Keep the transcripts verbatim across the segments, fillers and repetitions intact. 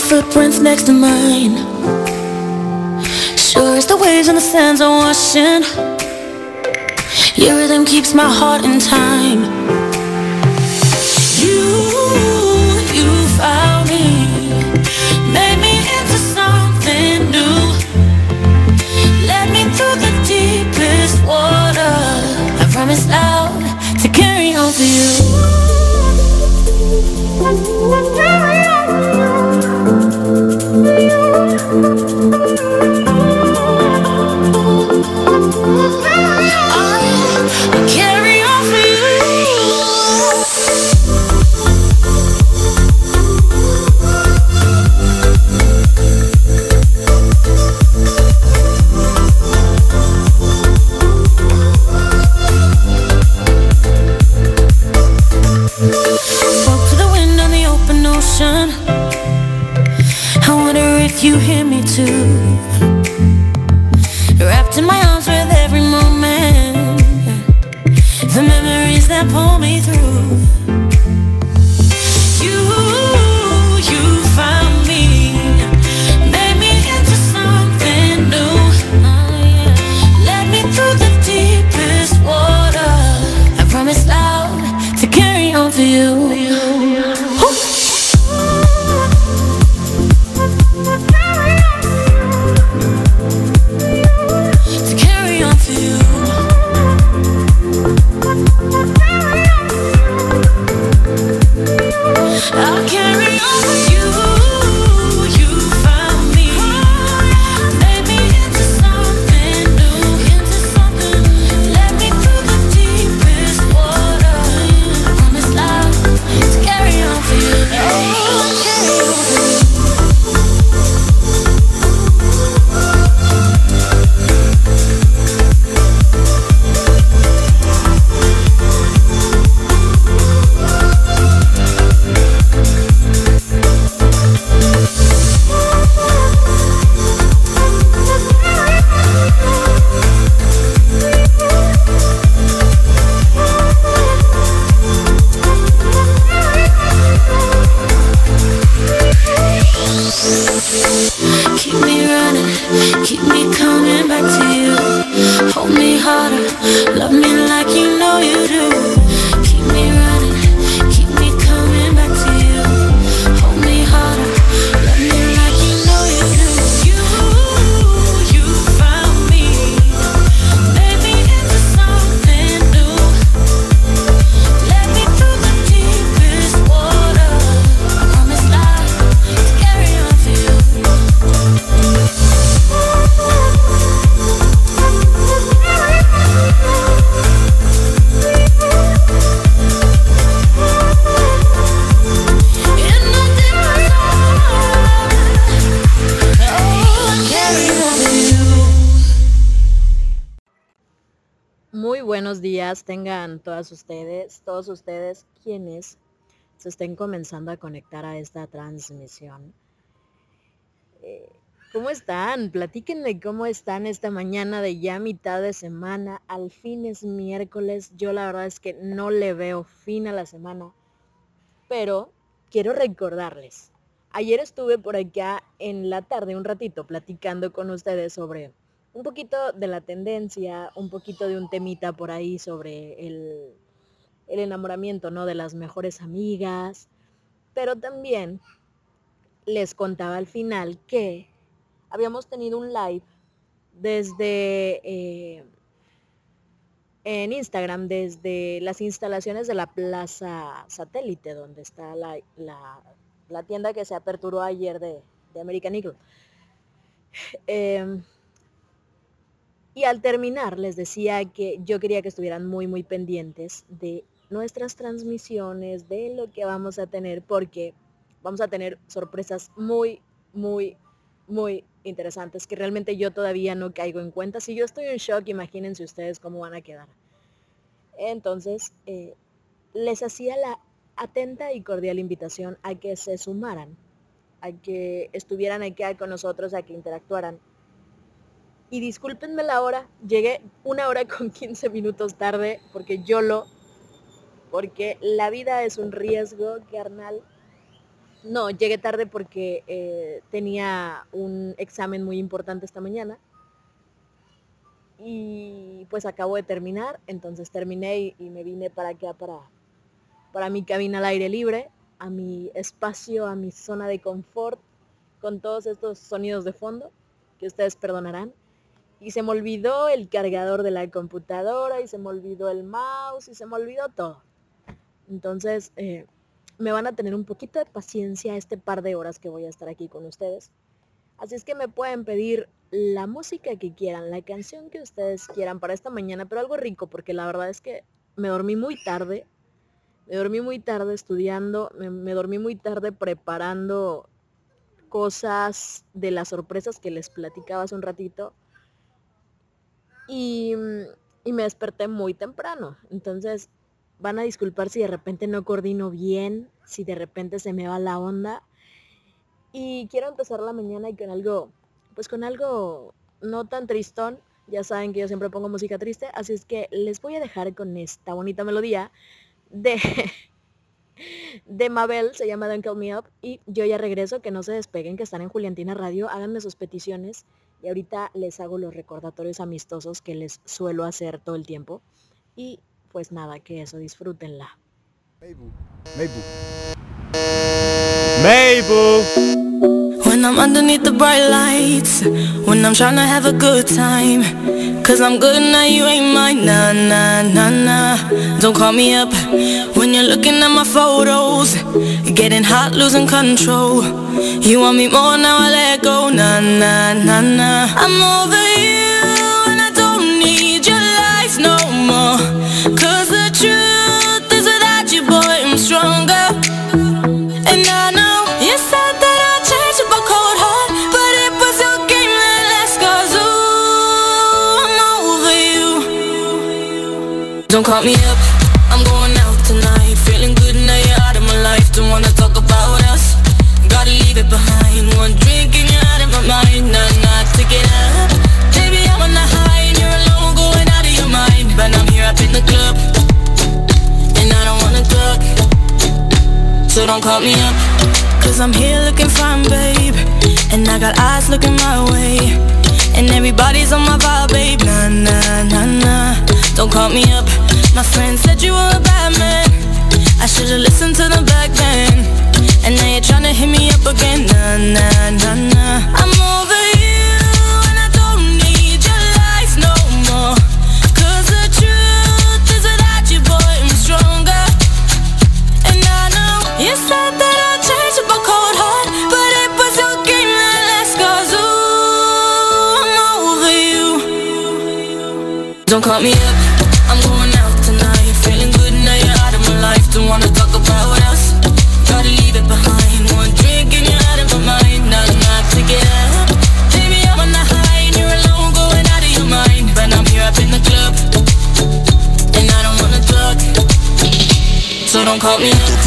footprints next to mine. Sure as the waves and the sands are washing, your rhythm keeps my heart in time. You, you found me, made me into something new. Led me through the deepest water. I promise loud to carry on for you. You hear me too, wrapped in my arms with every moment, the memories that pull me through. You, you found me, made me into something new. Oh, yeah. Led me through the deepest water. I promise loud to carry on for you. Buenos días tengan todas ustedes, todos ustedes quienes se estén comenzando a conectar a esta transmisión. Eh, ¿Cómo están? Platíquenme cómo están esta mañana de ya mitad de semana. Al fin es miércoles. Yo la verdad es que no le veo fin a la semana. Pero quiero recordarles. Ayer estuve por acá en la tarde un ratito platicando con ustedes sobre un poquito de la tendencia, un poquito de un temita por ahí sobre el, el enamoramiento, ¿no? De las mejores amigas. Pero también les contaba al final que habíamos tenido un live desde eh, en Instagram, desde las instalaciones de la Plaza Satélite, donde está la, la, la tienda que se aperturó ayer de, de American Eagle. Eh, y al terminar les decía que yo quería que estuvieran muy muy pendientes de nuestras transmisiones, de lo que vamos a tener, porque vamos a tener sorpresas muy, muy, muy interesantes que realmente yo todavía no caigo en cuenta. Si yo estoy en shock, imagínense ustedes cómo van a quedar. Entonces, eh, les hacía la atenta y cordial invitación a que se sumaran, a que estuvieran acá con nosotros, a que interactuaran. Y discúlpenme la hora, llegué una hora con quince minutos tarde, porque yo lo, porque la vida es un riesgo, carnal. No, llegué tarde porque eh, tenía un examen muy importante esta mañana y pues acabo de terminar, entonces terminé y, y me vine para acá, para, para mi cabina al aire libre, a mi espacio, a mi zona de confort, con todos estos sonidos de fondo, que ustedes perdonarán. Y se me olvidó el cargador de la computadora, y se me olvidó el mouse, y se me olvidó todo. Entonces, eh, me van a tener un poquito de paciencia este par de horas que voy a estar aquí con ustedes. Así es que me pueden pedir la música que quieran, la canción que ustedes quieran para esta mañana, pero algo rico, porque la verdad es que me dormí muy tarde. Me dormí muy tarde estudiando, me, me dormí muy tarde preparando cosas de las sorpresas que les platicaba hace un ratito. Y, y me desperté muy temprano. Entonces, van a disculpar si de repente no coordino bien, si de repente se me va la onda. Y quiero empezar la mañana y con algo, pues con algo no tan tristón. Ya saben que yo siempre pongo música triste, así es que les voy a dejar con esta bonita melodía de, de Mabel, se llama Don't Call Me Up. Y yo ya regreso, que no se despeguen, que están en Juliantina Radio, háganme sus peticiones. Y ahorita les hago los recordatorios amistosos que les suelo hacer todo el tiempo. Y pues nada, que eso, disfrútenla. Mabel. Mabel. Mabel. When I'm underneath the bright lights, when I'm trying to have a good time, cause I'm good now, you ain't mine, nah, nah, nah, nah. Don't call me up when you're looking at my photos, getting hot, losing control. You want me more, now I let go, nah, nah, nah, nah. I'm over you and I don't need your life no more, cause the truth is without you, boy, I'm stronger. And I know you said that I'd change up a cold heart, but it was your game that last, cause ooh, I'm over you. Don't call me up, I'm going out tonight, feeling good now you're out of my life. Don't wanna talk about us, gotta leave it behind. One drink and you're out of my mind, nah, nah, take it up. Baby, I'm on the high and you're alone, going out of your mind. But I'm here up in the club, and I don't wanna talk, so don't call me up, cause I'm here looking fine, babe, and I got eyes looking my way, and everybody's on my vibe, babe, nah, nah, nah, nah. Don't call me up, my friend said you were a bad man, I should've listened to them back then, and now you're tryna hit me up again, nah, nah, nah, nah. I'm over you and I don't need your lies no more, cause the truth is without you, boy, I'm stronger. And I know you said that I'd change up a cold heart, but it was your game that last, cause ooh, I'm over you. Don't call me up, I'm going out tonight, feeling good now you're out of my life. Don't wanna talk about us, gotta leave it behind. One drink and you're out of my mind, nah, nah, take it up. Baby, I'm on the high and you're alone, going out of your mind. But I'm here up in the club, and I don't wanna talk, so don't call me up.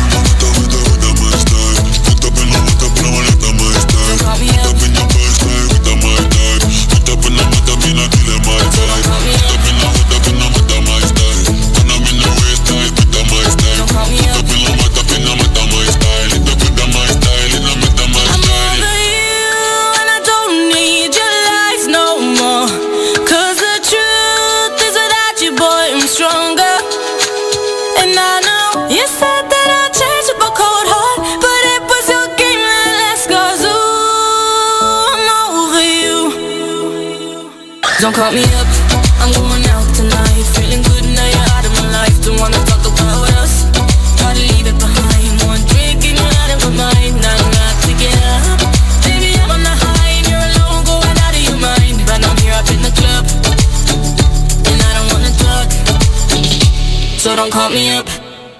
Don't call me up, I'm going out tonight, feeling good now you're out of my life. Don't wanna talk about us, gotta leave it behind. One drink and you're out of my mind, nah, nah, take it up. Baby, I'm on the high and you're alone, going out of your mind. But I'm here up in the club, and I don't wanna talk, so don't call me up.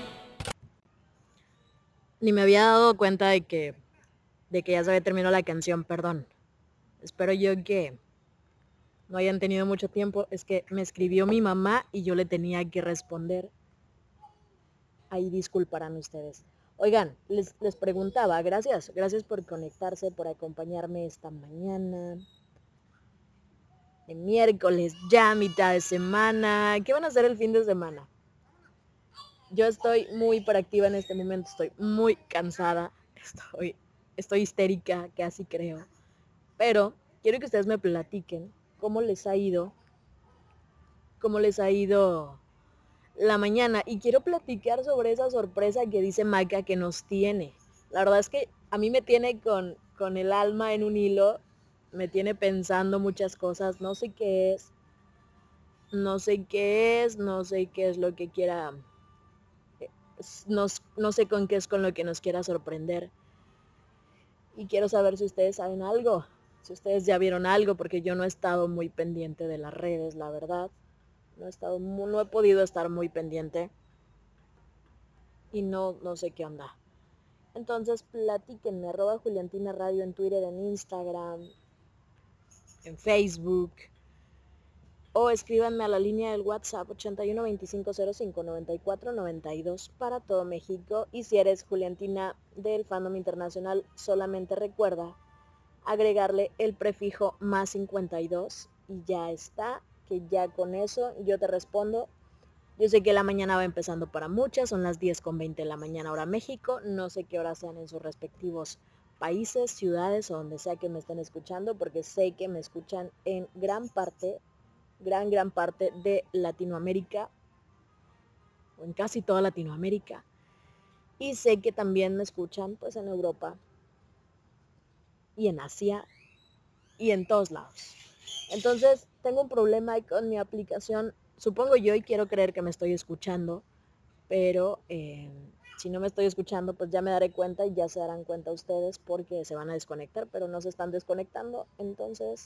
Ni me había dado cuenta de que, de que ya se había terminado la canción, perdón. Espero yo que no hayan tenido mucho tiempo, es que me escribió mi mamá y yo le tenía que responder. Ahí disculparán ustedes. Oigan, les, les preguntaba, gracias, gracias por conectarse, por acompañarme esta mañana. De miércoles, ya mitad de semana. ¿Qué van a hacer el fin de semana? Yo estoy muy hiperactiva en este momento, estoy muy cansada. estoy, estoy histérica, casi creo. Pero quiero que ustedes me platiquen cómo les ha ido, cómo les ha ido la mañana. Y quiero platicar sobre esa sorpresa que dice Maika que nos tiene. La verdad es que a mí me tiene con, con el alma en un hilo, me tiene pensando muchas cosas, no sé qué es, no sé qué es, no sé qué es lo que quiera, no, no sé con qué es con lo que nos quiera sorprender. Y quiero saber si ustedes saben algo, si ustedes ya vieron algo, porque yo no he estado muy pendiente de las redes, la verdad. No he estado, no he podido estar muy pendiente. Y no, no sé qué onda. Entonces platíquenme, arroba Juliantina Radio en Twitter, en Instagram, en Facebook. O escríbanme a la línea del WhatsApp ochenta y uno veinticinco cero cinco noventa y cuatro noventa y dos para todo México. Y si eres Juliantina del Fandom Internacional, solamente recuerda agregarle el prefijo más cincuenta y dos y ya está, que ya con eso yo te respondo. Yo sé que la mañana va empezando para muchas, son las diez con veinte de la mañana hora México, no sé qué horas sean en sus respectivos países, ciudades o donde sea que me estén escuchando, porque sé que me escuchan en gran parte, gran, gran parte de Latinoamérica, o en casi toda Latinoamérica, y sé que también me escuchan pues en Europa y en Asia y en todos lados. Entonces tengo un problema con mi aplicación, supongo yo, y quiero creer que me estoy escuchando, pero eh, si no me estoy escuchando, pues ya me daré cuenta y ya se darán cuenta ustedes porque se van a desconectar, pero no se están desconectando. Entonces,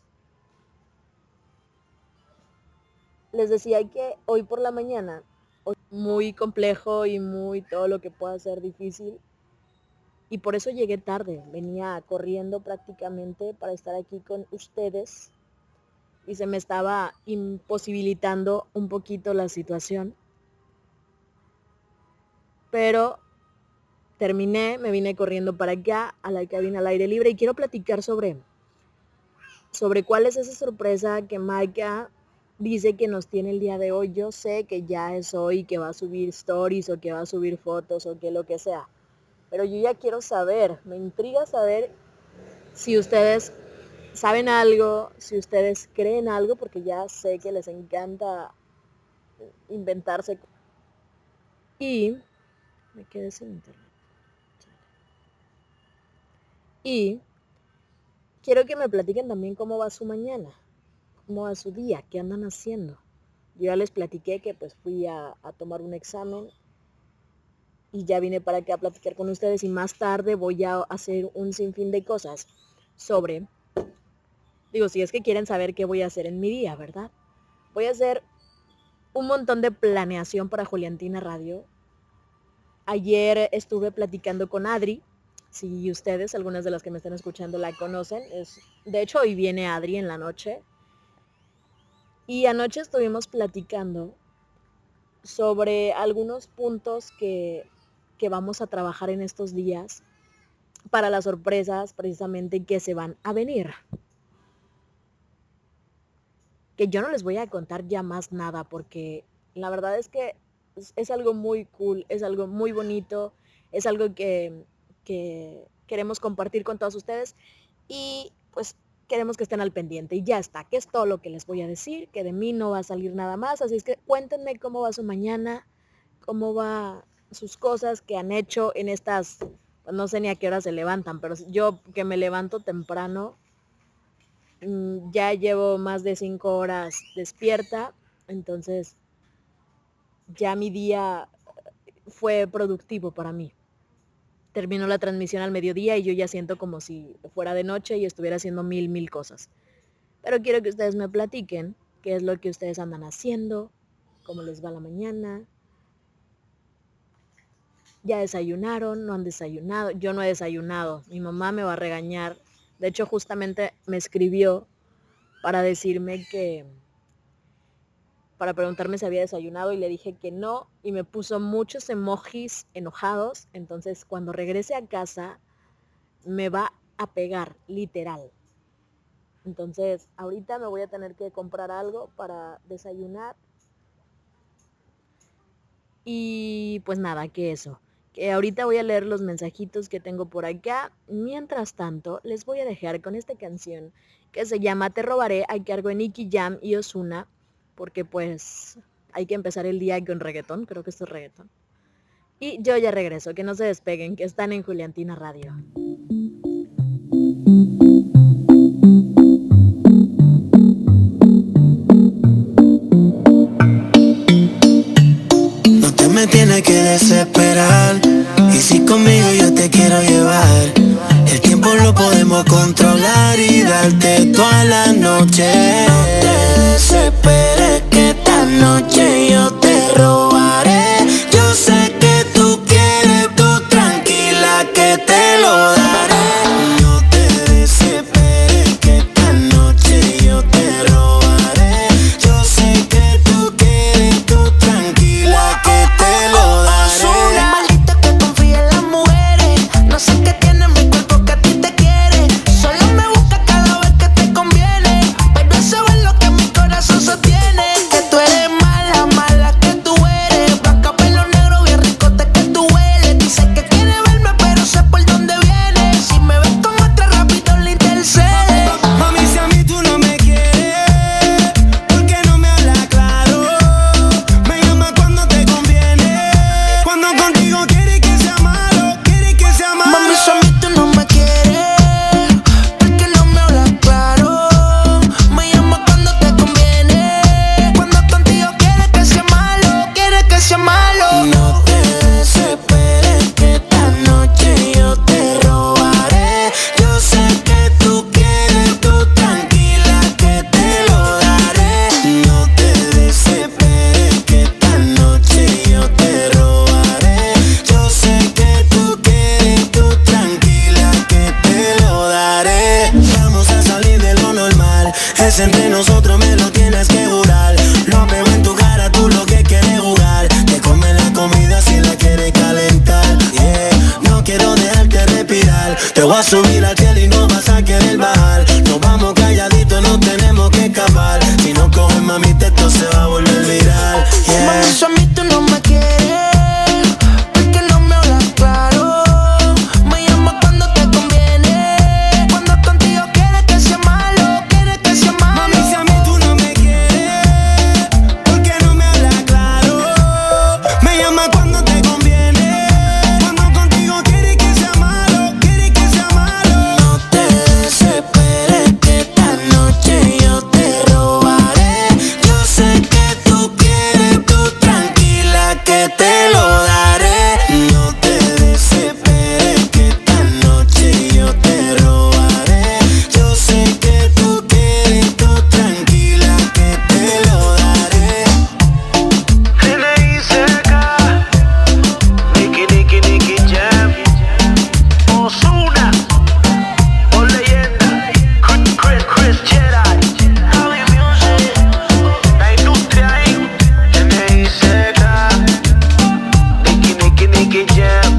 les decía que hoy por la mañana, hoy muy complejo y muy todo lo que pueda ser difícil, y por eso llegué tarde, venía corriendo prácticamente para estar aquí con ustedes y se me estaba imposibilitando un poquito la situación. Pero terminé, me vine corriendo para acá, a la cabina al aire libre, y quiero platicar sobre, sobre cuál es esa sorpresa que Maika dice que nos tiene el día de hoy. Yo sé que ya es hoy, que va a subir stories o que va a subir fotos o que lo que sea, pero yo ya quiero saber, me intriga saber si ustedes saben algo, si ustedes creen algo, porque ya sé que les encanta inventarse. Y me quedé sin internet. Y quiero que me platiquen también cómo va su mañana, cómo va su día, qué andan haciendo. Yo ya les platiqué que pues fui a, a tomar un examen y ya vine para acá a platicar con ustedes, y más tarde voy a hacer un sinfín de cosas sobre, digo, si es que quieren saber qué voy a hacer en mi día, ¿verdad? Voy a hacer un montón de planeación para Juliantina Radio. Ayer estuve platicando con Adri, si ustedes, algunas de las que me están escuchando la conocen, es, de hecho hoy viene Adri en la noche. Y anoche estuvimos platicando sobre algunos puntos que, que vamos a trabajar en estos días para las sorpresas precisamente que se van a venir. Que yo no les voy a contar ya más nada porque la verdad es que es, es algo muy cool, es algo muy bonito, es algo que, que queremos compartir con todos ustedes y pues queremos que estén al pendiente y ya está, que es todo lo que les voy a decir, que de mí no va a salir nada más, así es que cuéntenme cómo va su mañana, cómo va sus cosas que han hecho en estas, pues no sé ni a qué hora se levantan, pero yo que me levanto temprano, mmm, ya llevo más de cinco horas despierta, entonces ya mi día fue productivo para mí. Terminó la transmisión al mediodía y yo ya siento como si fuera de noche y estuviera haciendo mil, mil cosas. Pero quiero que ustedes me platiquen qué es lo que ustedes andan haciendo, cómo les va la mañana. ¿Ya desayunaron? ¿No han desayunado? Yo no he desayunado. Mi mamá me va a regañar. De hecho, justamente me escribió para decirme que, para preguntarme si había desayunado y le dije que no y me puso muchos emojis enojados. Entonces, cuando regrese a casa, me va a pegar, literal. Entonces, ahorita me voy a tener que comprar algo para desayunar. Y pues nada, que eso. que ahorita voy a leer los mensajitos que tengo por acá. Mientras tanto, les voy a dejar con esta canción que se llama Te Robaré, a cargo de Nicky Jam y Ozuna, porque pues hay que empezar el día con reggaetón, creo que esto es reggaetón. Y yo ya regreso, que no se despeguen, que están en Juliantina Radio. No te me tienes que desesperar, y si conmigo yo te quiero llevar, el tiempo lo podemos controlar y darte toda la noche. No te desesperes que esta noche yo te robaré. Yo sé que tú quieres, tú tranquila que te lo daré. No te desesperes que esta noche yo te robaré. Yo sé que tú quieres, tú tranquila que te lo daré. Maldita que confía en las mujeres, no sé qué tiene en mi cuerpo que a ti te quiere. Solo me busca cada vez que te conviene, pero eso es lo que mi corazón sostiene. Que tú eres mala, mala que tú eres. Blanca, pelo negro, bien ricote que tú hueles. Dice que quiere verme, pero sé por dónde viene. Si me ves con otra, rápido le intercede. Mami, si a mí tú no me quieres, ¿por qué no me hablas claro? Me llama cuando te conviene, cuando contigo quieres que sea malo, quieres que sea malo. Mami, si a mí tú no me quieres, ¿por qué no me hablas claro? Me llama cuando te conviene, cuando contigo quieres que sea malo, quieres que sea malo. No te desesperes que esta noche yo te robaré. Yo sé que tú quieres, tú tranquila que te lo daré. No te desesperes que esta noche yo te robaré. Yo sé que tú quieres, tú tranquila que te lo daré. Vamos a salir de lo normal, es entre nosotros, me lo tienes que jurar. Lo veo en tu cara, tú lo que quieres jugar. Te comes la comida si la quieres calentar. Yeah, no quiero dejarte respirar. Te voy a subir al cielo y no vas a querer bajar. Nos vamos calladitos, no tenemos que escapar. Si no coges mamita, esto se va a volver viral. Yeah. Mami, si a mí tú no me quieres, ¿por qué no me hablas claro? Me llama cuando te conviene, cuando contigo quieres que sea malo, quieres que sea malo. Mami, si a mí tú no me quieres, ¿por qué no me hablas claro? Me llama cuando te conviene, cuando contigo quieres que sea malo, quieres que sea malo. No te desesperes que esta noche yo te robaré. Yo sé que tú quieres, tú tranquila que te lo daré. No te desesperes que esta noche yo te robaré. Yo sé que tú quieres, tú tranquila que te lo daré. N I C K, Nicky, Nicky, Nicky Jam, Ozuna, por leyenda, Chris, Chris, Chris Jedi, Javi Music, la industria ahí. N I C K, Nicky, Nicky, Nicky Jam.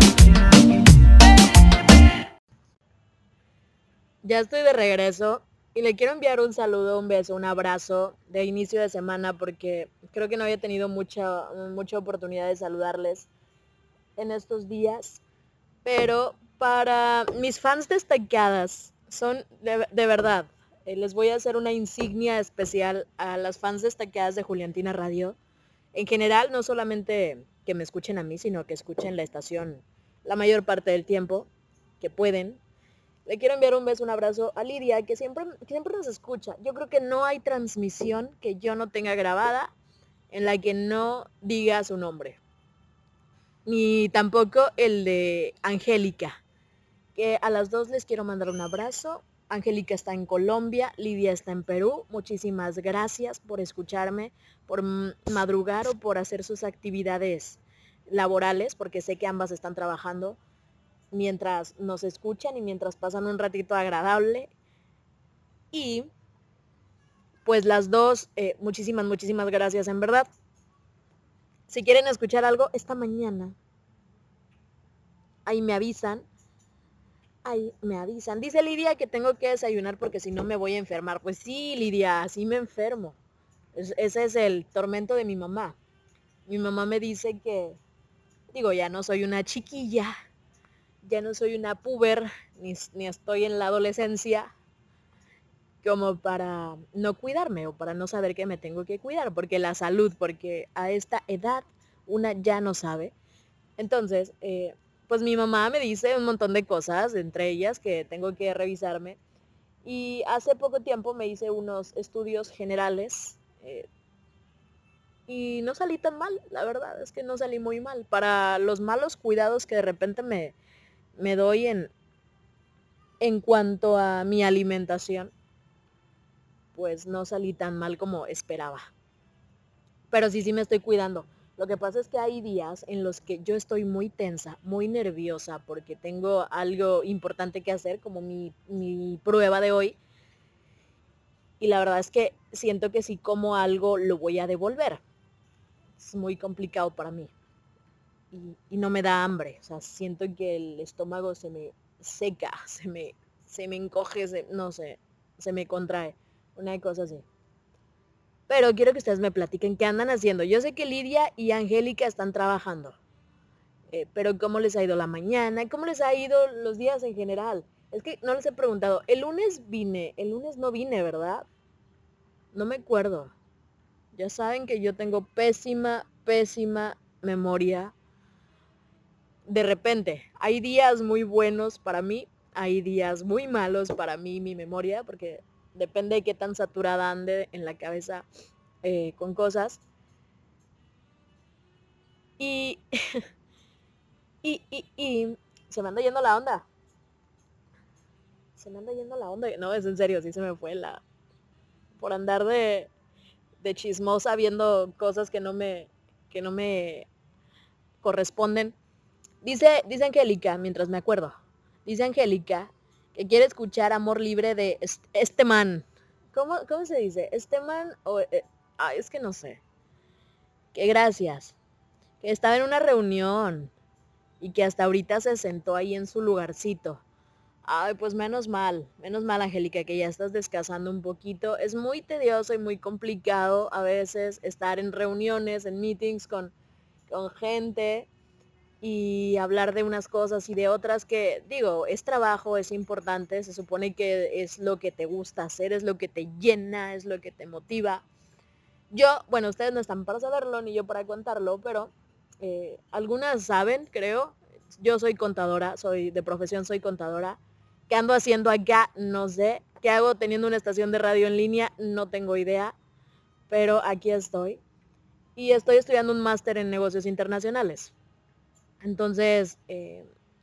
Ya estoy de regreso y le quiero enviar un saludo, un beso, un abrazo de inicio de semana porque creo que no había tenido mucha, mucha oportunidad de saludarles en estos días. Pero para mis fans destacadas, son de, de verdad, eh, les voy a hacer una insignia especial a las fans destacadas de Juliantina Radio. En general, no solamente que me escuchen a mí, sino que escuchen la estación la mayor parte del tiempo que pueden. Le quiero enviar un beso, un abrazo a Lidia, que siempre, que siempre nos escucha. Yo creo que no hay transmisión que yo no tenga grabada en la que no diga su nombre. Ni tampoco el de Angélica, que a las dos les quiero mandar un abrazo. Angélica está en Colombia, Lidia está en Perú. Muchísimas gracias por escucharme, por madrugar o por hacer sus actividades laborales, porque sé que ambas están trabajando mientras nos escuchan y mientras pasan un ratito agradable. Y pues las dos, eh, muchísimas, muchísimas gracias en verdad. Si quieren escuchar algo, esta mañana, ahí me avisan, ahí me avisan. Dice Lidia que tengo que desayunar porque si no me voy a enfermar. Pues sí, Lidia, así me enfermo. Es, ese es el tormento de mi mamá. Mi mamá me dice que Digo, ya no soy una chiquilla, ya no soy una puber, ni, ni estoy en la adolescencia como para no cuidarme o para no saber que me tengo que cuidar, porque la salud, porque a esta edad una ya no sabe. Entonces, eh, pues mi mamá me dice un montón de cosas, entre ellas que tengo que revisarme. Y hace poco tiempo me hice unos estudios generales eh, y no salí tan mal, la verdad, es que no salí muy mal. Para los malos cuidados que de repente me, me doy en, en cuanto a mi alimentación, pues no salí tan mal como esperaba. Pero sí, sí me estoy cuidando. Lo que pasa es que hay días en los que yo estoy muy tensa, muy nerviosa, porque tengo algo importante que hacer, como mi, mi prueba de hoy. Y la verdad es que siento que si como algo lo voy a devolver. Es muy complicado para mí. Y, y no me da hambre. O sea, siento que el estómago se me seca, se me, se me encoge, se, no sé, se me contrae. Una cosa así. Pero quiero que ustedes me platiquen qué andan haciendo. Yo sé que Lidia y Angélica están trabajando. Eh, pero ¿cómo les ha ido la mañana? ¿Cómo les ha ido los días en general? Es que no les he preguntado. El lunes vine. El lunes no vine, ¿verdad? No me acuerdo. Ya saben que yo tengo pésima, pésima memoria. De repente, hay días muy buenos para mí. Hay días muy malos para mí, mi memoria, porque depende de qué tan saturada ande en la cabeza eh, con cosas. Y, y, y, y se me anda yendo la onda. Se me anda yendo la onda. No, es en serio, sí se me fue la... Por andar de, de chismosa viendo cosas que no me, que no me corresponden. Dice, dice Angélica, mientras me acuerdo. Dice Angélica que quiere escuchar Amor Libre de este man. ¿Cómo, cómo se dice? ¿Este man o...? Eh, ah, es que no sé. Que gracias. Que estaba en una reunión y que hasta ahorita se sentó ahí en su lugarcito. Ay, pues menos mal. Menos mal, Angélica, que ya estás descansando un poquito. Es muy tedioso y muy complicado a veces estar en reuniones, en meetings con, con gente... y hablar de unas cosas y de otras que, digo, es trabajo, es importante, se supone que es lo que te gusta hacer, es lo que te llena, es lo que te motiva. Yo, bueno, ustedes no están para saberlo, ni yo para contarlo, pero eh, algunas saben, creo. Yo soy contadora, soy de profesión, soy contadora. ¿Qué ando haciendo acá? No sé. ¿Qué hago teniendo una estación de radio en línea? No tengo idea, pero aquí estoy. Y estoy estudiando un máster en negocios internacionales. Entonces, eh,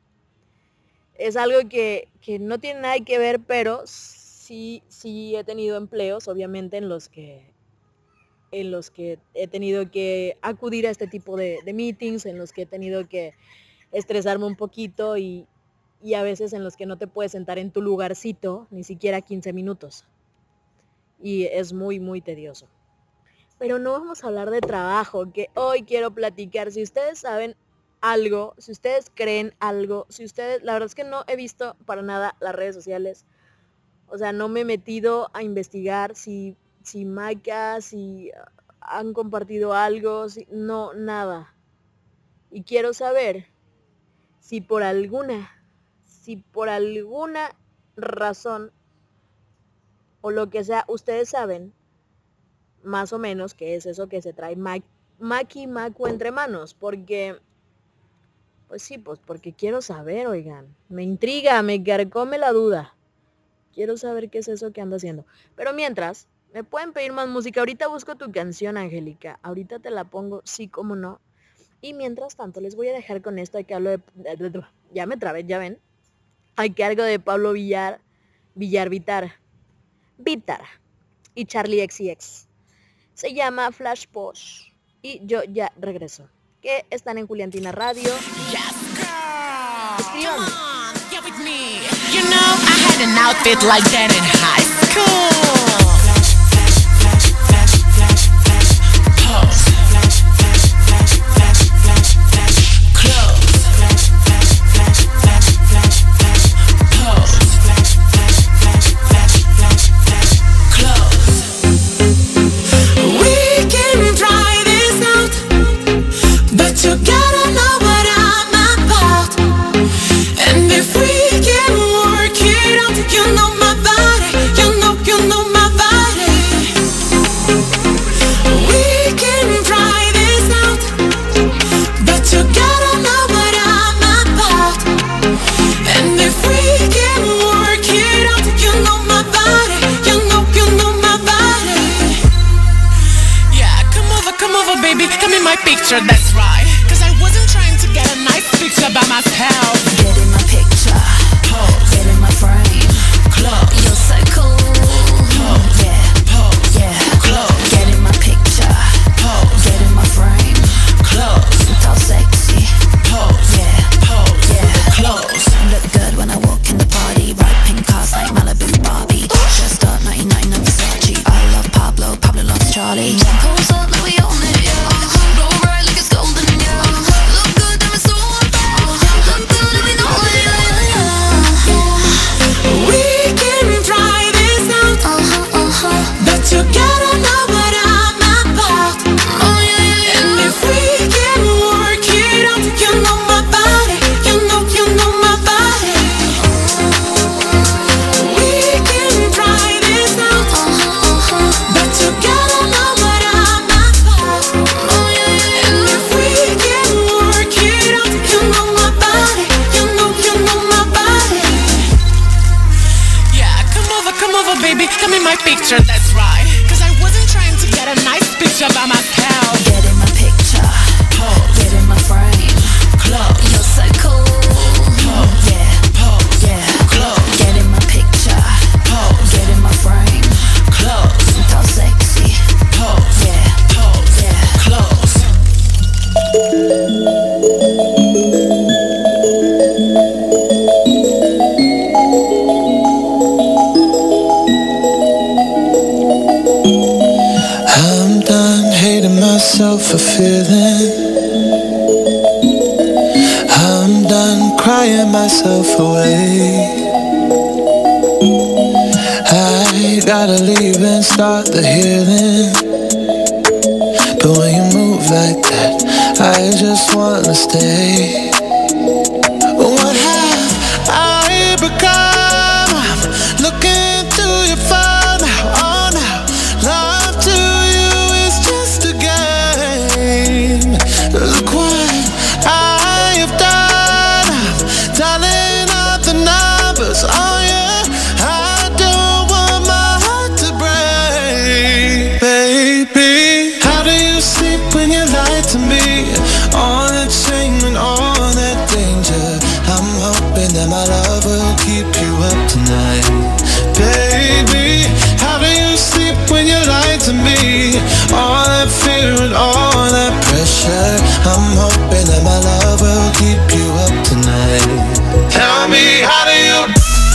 es algo que, que no tiene nada que ver, pero sí, sí he tenido empleos, obviamente, en los que, en los que he tenido que acudir a este tipo de, de meetings, en los que he tenido que estresarme un poquito y, y a veces en los que no te puedes sentar en tu lugarcito, ni siquiera quince minutos. Y es muy, muy tedioso. Pero no vamos a hablar de trabajo, que hoy quiero platicar. Si ustedes saben algo, si ustedes creen algo, si ustedes, la verdad es que no he visto para nada las redes sociales, o sea, no me he metido a investigar si, si Maika, si han compartido algo, si, no, nada. Y quiero saber si por alguna, si por alguna razón o lo que sea, ustedes saben más o menos qué es eso que se trae Maki y Maku entre manos, porque... Pues sí, pues porque quiero saber, oigan. Me intriga, me carcome la duda. Quiero saber qué es eso que ando haciendo. Pero mientras, me pueden pedir más música. Ahorita busco tu canción, Angélica. Ahorita te la pongo, sí, cómo no. Y mientras tanto, les voy a dejar con esto. Hay que hablo de... Ya me trabé, ya ven. Hay que algo de Pablo Villar. Villar Vitar. Vitar. Y Charlie X C X. Se llama Flash Posh. Y yo ya regreso. Que están en Juliantina Radio. Yes, girl. Escríbanme. Come on, get with me. You know, I had an outfit like that in high school. Pose. Close. Close. We can try this out, but you gotta know what my picture, that's right. Cause I wasn't trying to get a nice picture by myself. Get in my picture, Pose, get in my frame. close, You're so cool. pose, Yeah, pose, yeah. close, Get in my picture, pose, get in my frame. close, Talk sexy. pose, Yeah, pose, yeah. close. Look good when I walk in the party. Ride pink cars like Malibu Barbie. Dressed up ninety-nine on Versace. I love Pablo, Pablo loves Charlie. Pose up like we own it, yeah. Blow bright like it's golden, yeah. Look good, damn it's so on top. Look good and we know it, yeah, yeah. We can try this out, Uh-huh, uh-huh. but you gotta know what I'm about. Oh, yeah, yeah, And yeah. if we can work it out, you know my body, you know, you know my body. We can try this out, Uh-huh, uh-huh. but you gotta know what I'm about. Oh, yeah, yeah, And yeah. if we can work it out, you know my body, you know, you know my body. Yeah, come over, come over, baby, come in my picture, that's right. Cause I wasn't trying to get a nice picture by myself. Get in my picture, Pose, get in my frame. close, You're so cool. pose, Yeah, pose, yeah. close, Get in my picture, pose, get in my frame. close, Talk sexy. pose, Yeah, pose, yeah. close. I'm done hating myself for feeling. I'm done crying myself away. I gotta leave and start the healing. But when you move like that, I just wanna stay. What have I become? I'm looking through your phone now, oh now. Love to you is just a game. Look what I have done. I'm dialing up the numbers, oh yeah. I don't want my heart to break. Baby, how do you sleep when you lie to me? All that shame and all that danger. I'm hoping that my love will keep you up tonight. Baby, how do you sleep when you lie to me? All that fear and all that pressure. I'm hoping that my love will keep you up tonight. Tell me, how do you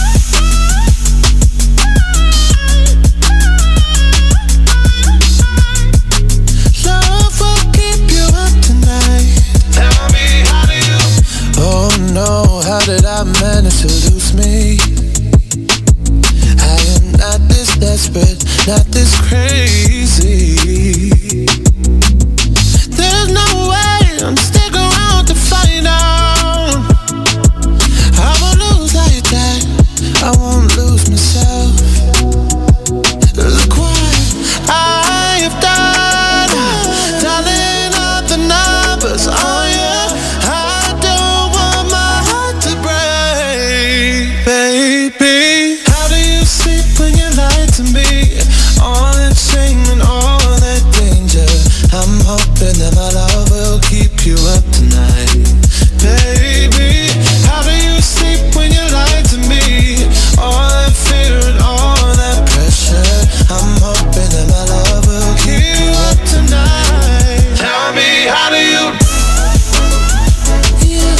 love will keep you up tonight? Tell me, how do you Oh no, how did I manage to lose me? I am not this desperate, not this crazy. There's no way I'm stick around to find out. I won't lose like that, I won't lose myself. Look what I have done, dialing up the numbers, oh yeah. I don't want my heart to break. Baby, how do you sleep when you lie to me? All that shame and all that danger. I'm hoping that my love will keep you up tonight. Baby, how do you sleep when you lie to me? All that fear and all that pressure. I'm hoping that my love will keep you up tonight. Tell me, how do you Yeah.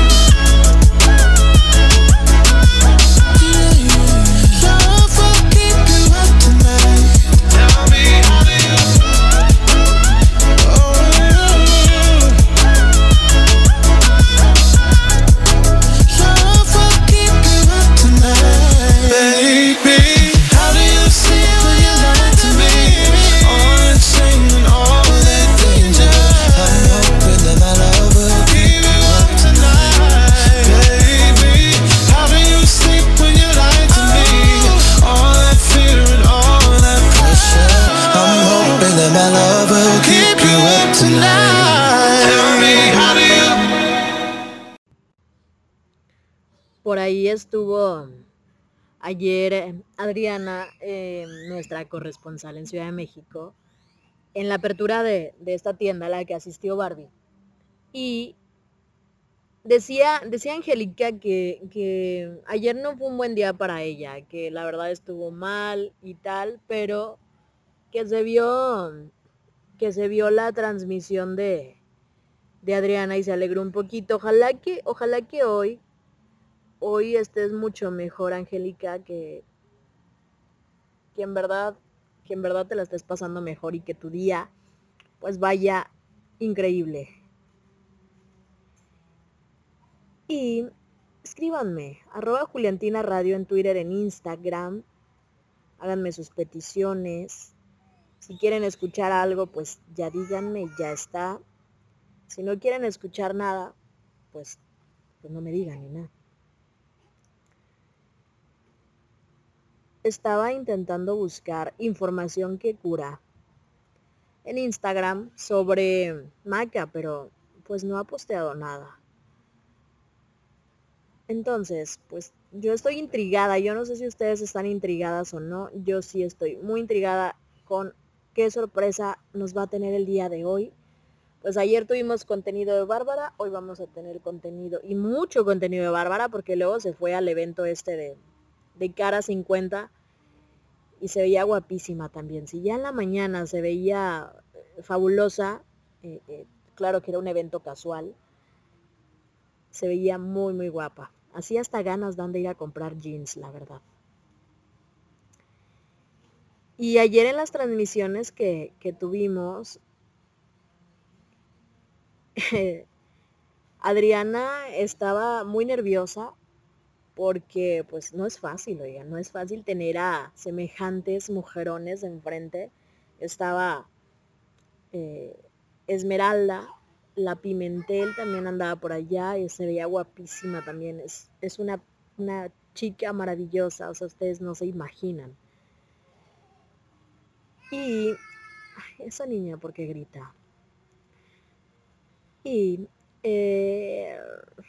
Yeah. Love will keep you up tonight. Tell me, how do you Oh yeah. Love will keep you up tonight. Baby, how do you sleep when you lie to me? All that shame and all that danger. I'm hoping that my love will keep you up tonight. Baby, how do you sleep when you lie to me? All that fear and all that pressure. I'm hoping that my love will keep you up tonight. Tell me, how do you Por ahí estuvo ayer eh, Adriana, eh, nuestra corresponsal en Ciudad de México, en la apertura de, de esta tienda a la que asistió Barbie. Y decía, decía Angélica que, que ayer no fue un buen día para ella, que la verdad estuvo mal y tal, pero que se vio, que se vio la transmisión de, de Adriana y se alegró un poquito. Ojalá que, ojalá que hoy, hoy estés mucho mejor, Angélica, que, que en verdad, que en verdad te la estés pasando mejor y que tu día pues vaya increíble. Y escríbanme, arroba Juliantina Radio en Twitter, en Instagram, háganme sus peticiones. Si quieren escuchar algo, pues ya díganme y ya está. Si no quieren escuchar nada, pues, pues no me digan ni nada. Estaba intentando buscar información que cura en Instagram sobre Maca, pero pues no ha posteado nada. Entonces, pues yo estoy intrigada. Yo no sé si ustedes están intrigadas o no. Yo sí estoy muy intrigada con qué sorpresa nos va a tener el día de hoy. Pues ayer tuvimos contenido de Bárbara, hoy vamos a tener contenido y mucho contenido de Bárbara, porque luego se fue al evento este de, de Cara cincuenta y se veía guapísima también. Si ya en la mañana se veía fabulosa, eh, eh, claro que era un evento casual, se veía muy muy guapa. Así hasta ganas dan de ir a comprar jeans, la verdad. Y ayer en las transmisiones que, que tuvimos, Adriana estaba muy nerviosa porque pues no es fácil, oigan, no es fácil tener a semejantes mujerones enfrente. Estaba eh, Esmeralda, la Pimentel también andaba por allá y se veía guapísima también. Es, es una, una chica maravillosa, o sea, ustedes no se imaginan. Y ay, esa niña, ¿por qué grita? Y eh,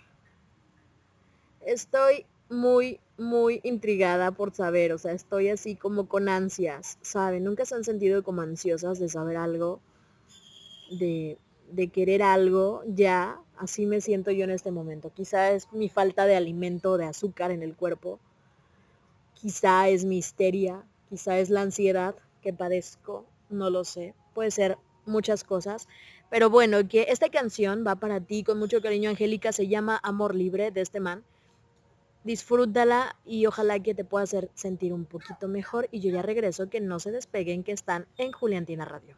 estoy muy, muy intrigada por saber, o sea, estoy así como con ansias, ¿saben? Nunca se han sentido como ansiosas de saber algo, de, de querer algo, ya, así me siento yo en este momento. Quizá es mi falta de alimento, de azúcar en el cuerpo, quizá es mi histeria, quizá es la ansiedad que padezco, no lo sé, puede ser muchas cosas. Pero bueno, que esta canción va para ti con mucho cariño, Angélica, se llama Amor Libre, de este man. Disfrútala y ojalá que te pueda hacer sentir un poquito mejor. Y yo ya regreso, que no se despeguen, que están en Juliantina Radio.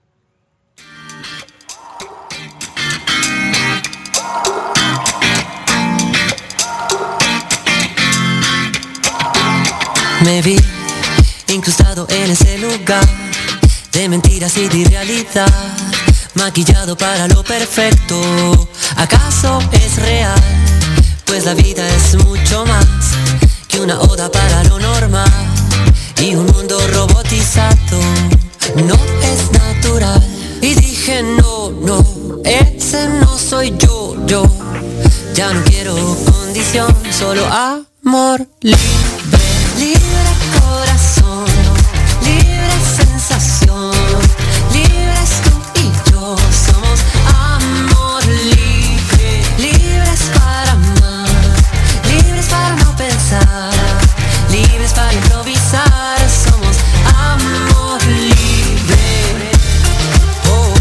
Me vi incrustado en ese lugar de mentiras y de irrealidad, maquillado para lo perfecto. ¿Acaso es real? Pues la vida es mucho más que una oda para lo normal, y un mundo robotizado no es natural. Y dije no, no, ese no soy yo, yo. Ya no quiero condición, solo amor libre, libre corazón, libre sensación, libres tú y yo, somos amor libre, libres para amar, libres para no pensar, libres para improvisar, somos amor libre. Oh,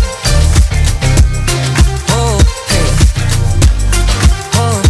oh, hey. Oh.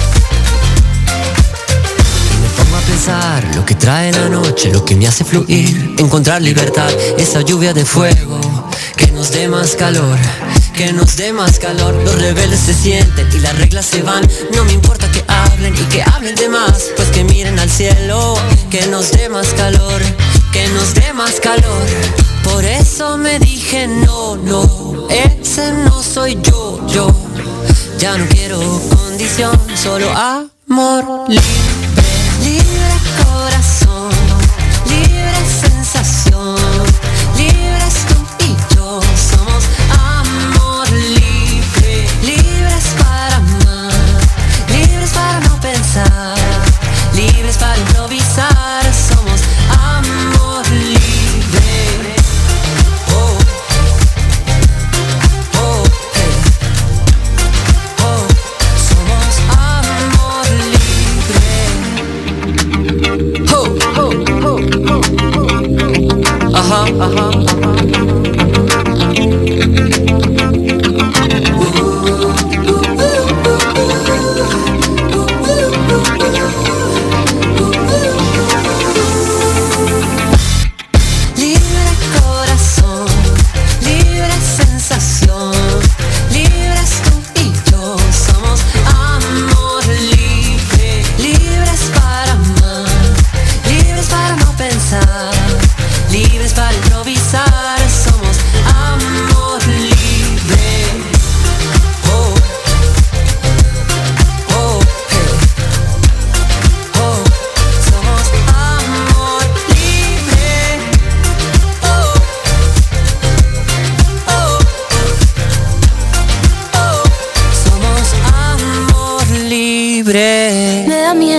Y me pongo a pensar lo que trae la noche, lo que me hace fluir, encontrar libertad, esa lluvia de fuego que nos dé más calor, que nos dé más calor. Los rebeldes se sienten y las reglas se van. No me importa que hablen y que hablen de más, pues que miren al cielo, que nos dé más calor, que nos dé más calor. Por eso me dije no, no, ese no soy yo, yo. Ya no quiero condición, solo amor libre, libre corazón, libre sensación, libres tú y yo, somos amor libre, libres para amar, libres para no pensar, libres para improvisar, somos amor libre. Oh,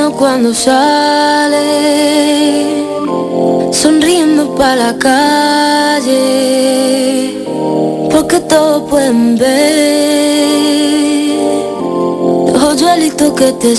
miedo cuando sale, sonriendo pa' la calle, porque todos pueden ver los hoyuelitos que te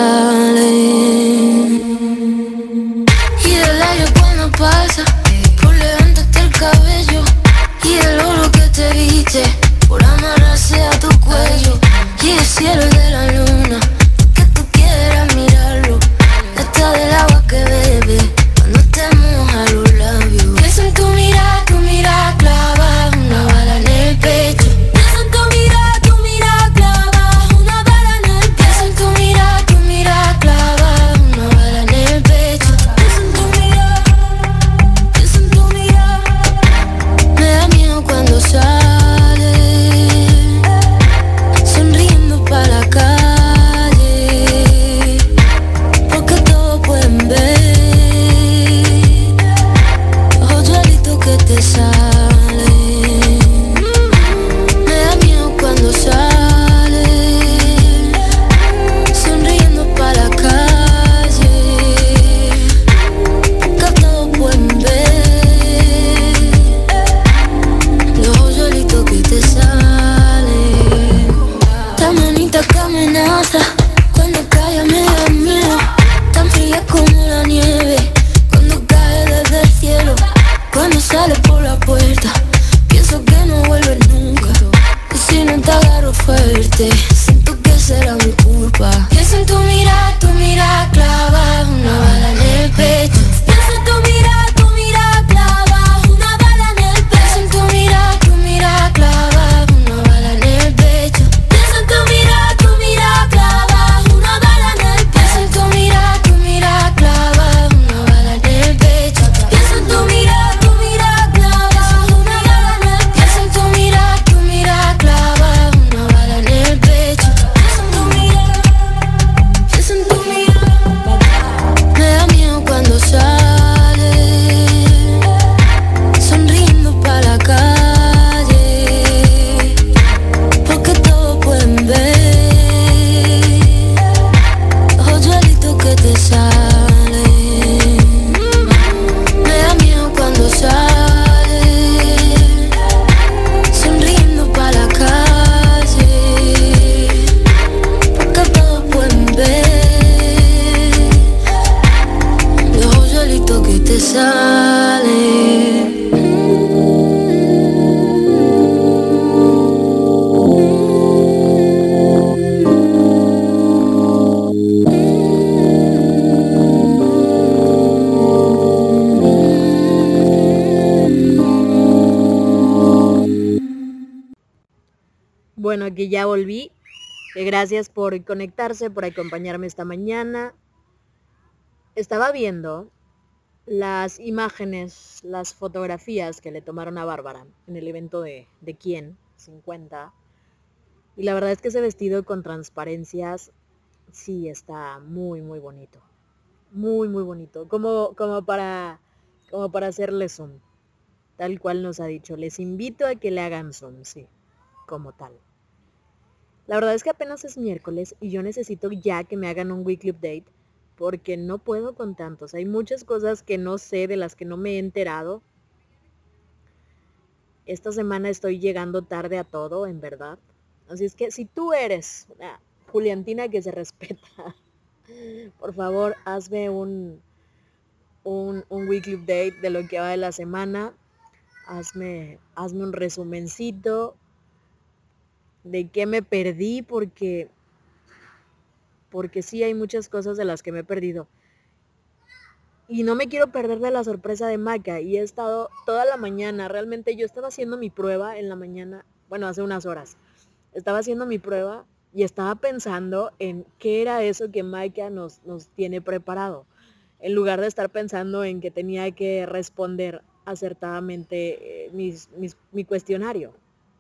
salen. Y el aire cuando pasa por levantarte el cabello, y el oro que te viste por amarrarse a tu cuello, y el cielo de la luna que tú quieras mirarlo, hasta del agua que bebe cuando te moja los labios. Pienso en tu mirada, tu mirada clava una bala en el pecho. Pienso en tu mirada, tu mirada clava una bala en el pecho. Pienso en tu mirada, tu mirada clava una bala en el pecho. Pienso en tu mirada, pienso en tu mirada. Me da miedo cuando sale, sonriendo pa' la calle, porque todos pueden ver los hoyuelitos que te salen. Me da miedo cuando sale, sonriendo pa' la calle, porque todos pueden ver los hoyuelitos que te salen. Tan bonita que amenaza, cuando calla me da miedo. Tan fría como la nieve, cuando cae desde el cielo. Cuando sale por la puerta, pienso que no vuelve nunca. Y si no te agarro fuerte, siento que será mi culpa. Pienso en tu mirada, tu mirada clava una bala en el pecho. Pienso en tu mirada, tu mirada clava una bala en el pecho. Pienso en tu mirada, tu mirada clava una bala en el pecho. Pienso en tu mirada, tu mirada clava una bala en el pecho. Pienso en tu mirada, tu mirada clava una bala en el pecho. Pienso en tu mirada, tu mirada clava una bala en el pecho. Pienso en tu mirada, tu mirada clava una bala en el pecho. Pienso en tu mirada, pienso en tu mirada. Me da miedo cuando sale, sonriendo pa' la calle, porque todos pueden ver los hoyuelitos que te salen. Me da miedo cuando sale, sonriendo pa' la calle, porque todos pueden ver los hoyuelitos que te salen. Bueno, aquí ya volví. Eh, Gracias por conectarse, por acompañarme esta mañana. Estaba viendo las imágenes, las fotografías que le tomaron a Bárbara en el evento de, de Quién, cincuenta. Y la verdad es que ese vestido con transparencias sí está muy, muy bonito. Muy, muy bonito. Como, como, para, como para hacerle zoom. Tal cual nos ha dicho. Les invito a que le hagan zoom, sí. Como tal. La verdad es que apenas es miércoles y yo necesito ya que me hagan un weekly update porque no puedo con tantos. Hay muchas cosas que no sé, de las que no me he enterado. Esta semana estoy llegando tarde a todo, en verdad. Así es que si tú eres una Juliantina que se respeta, por favor, hazme un, un, un weekly update de lo que va de la semana. Hazme, hazme un resumencito de qué me perdí, porque, porque sí hay muchas cosas de las que me he perdido. Y no me quiero perder de la sorpresa de Maca. Y he estado toda la mañana, realmente yo estaba haciendo mi prueba en la mañana, bueno, hace unas horas. Estaba haciendo mi prueba y estaba pensando en qué era eso que Maca nos, nos tiene preparado. En lugar de estar pensando en que tenía que responder acertadamente eh, mis, mis, mi cuestionario.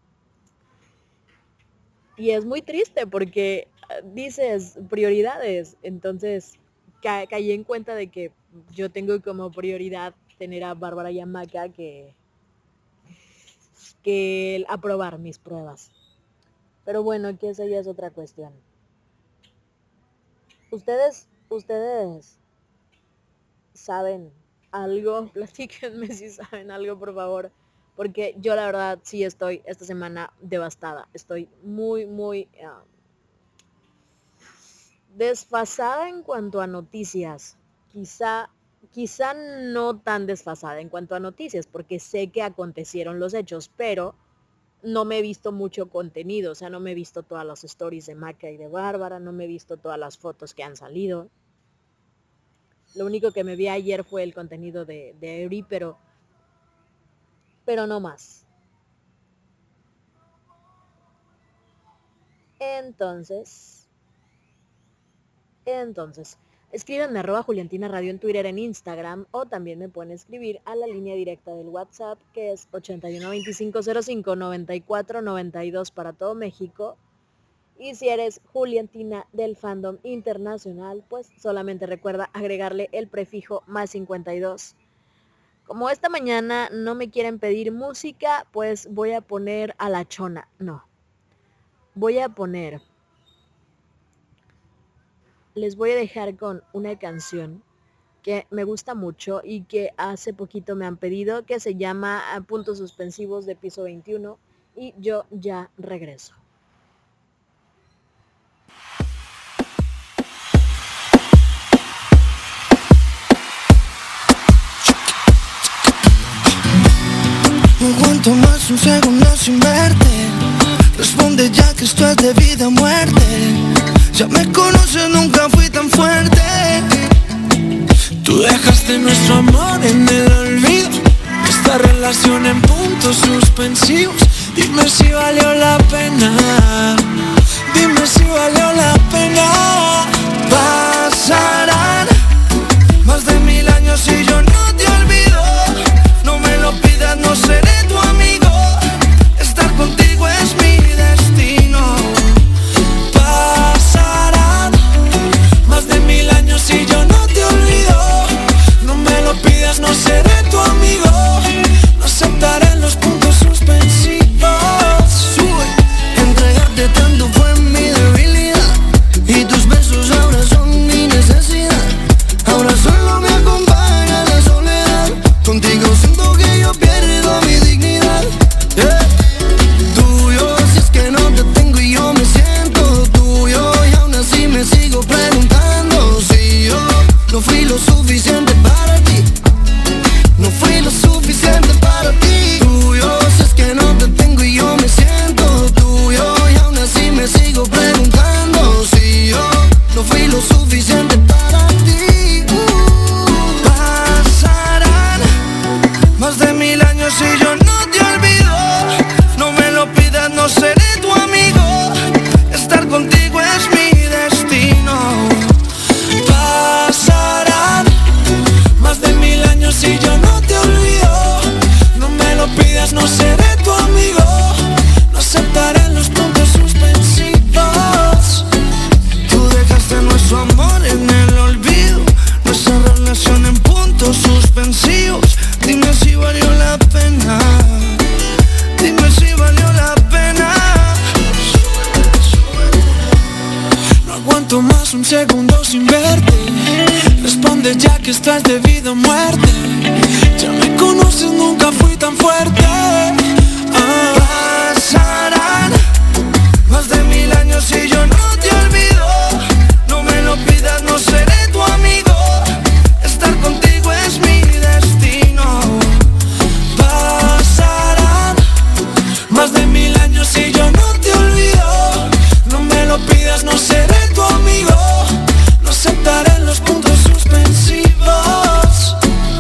Y es muy triste porque dices prioridades, entonces ca caí en cuenta de que yo tengo como prioridad tener a Bárbara y a Maca que, que el aprobar mis pruebas. Pero bueno, que esa ya es otra cuestión. Ustedes ¿Ustedes saben algo? Platíquenme si saben algo, por favor. Porque yo la verdad sí estoy esta semana devastada. Estoy muy, muy uh, desfasada en cuanto a noticias. Quizá, quizá no tan desfasada en cuanto a noticias, porque sé que acontecieron los hechos, pero no me he visto mucho contenido. O sea, no me he visto todas las stories de Maca y de Bárbara, no me he visto todas las fotos que han salido. Lo único que me vi ayer fue el contenido de, de Eury, pero, pero no más. Entonces, entonces, escríbanme arroba Juliantina Radio en Twitter, en Instagram, o también me pueden escribir a la línea directa del WhatsApp, que es ochenta y uno veinticinco cero cinco noventa y cuatro noventa y dos para todo México. Y si eres Juliantina del fandom internacional, pues solamente recuerda agregarle el prefijo más cincuenta y dos. Como esta mañana no me quieren pedir música, pues voy a poner a la chona. No. Voy a poner... Les voy a dejar con una canción que me gusta mucho y que hace poquito me han pedido, que se llama Puntos Suspensivos de Piso veintiuno, y yo ya regreso. No aguanto más un segundo sin verte. Responde ya que esto es de vida o muerte. Ya me conoces, nunca fui tan fuerte. Tú dejaste nuestro amor en el olvido, esta relación en puntos suspensivos. Dime si valió la pena, dime si valió la pena. Pasarán más de mil años y yo no te olvido. No me lo pidas, no seré tu amigo. Estar contigo es mi destino. Pasarán más de mil años y yo no te olvido. No me lo pidas, no seré tu amigo. No aceptaré los puntos suspensivos. Sube. Entregarte tanto fue mi debilidad, y tus besos ahora son mi necesidad. Ahora solo me acompaña la soledad. Contigo siento que yo pierdo mi dignidad. Yeah. Tuyo, si es que no te tengo y yo me siento tuyo. Y aún así me sigo preguntando si yo no fui lo suficiente para ti. No fui lo suficiente para ti. Tuyo, si es que no te tengo y yo me siento tuyo. Y aún así me sigo preguntando si yo no fui lo suficiente para ti. uh, Pasarán más de mil años y yo no te olvido. No me lo pidas, no seré tu amigo. Estar contigo es mi destino. Pasarán más de mil años y yo no te olvido. No me lo pidas, no seré tu amigo. No aceptaré los puntos suspensivos. Tú dejaste nuestro amor en el olvido, nuestra relación en puntos suspensivos. Dime si valió la pena, dime si valió la pena. No aguanto más un segundo sin verte. Responde ya que esto es de vida o muerte. Ya me conoces, nunca fui tan fuerte. ah. Pasarán más de mil años y yo no te olvido. No me lo pidas, no seré tu amigo. Estar contigo es mi destino. Pasarán más de mil años y yo no te olvido. No me lo pidas, no seré tu amigo. No aceptaré los puntos suspensivos.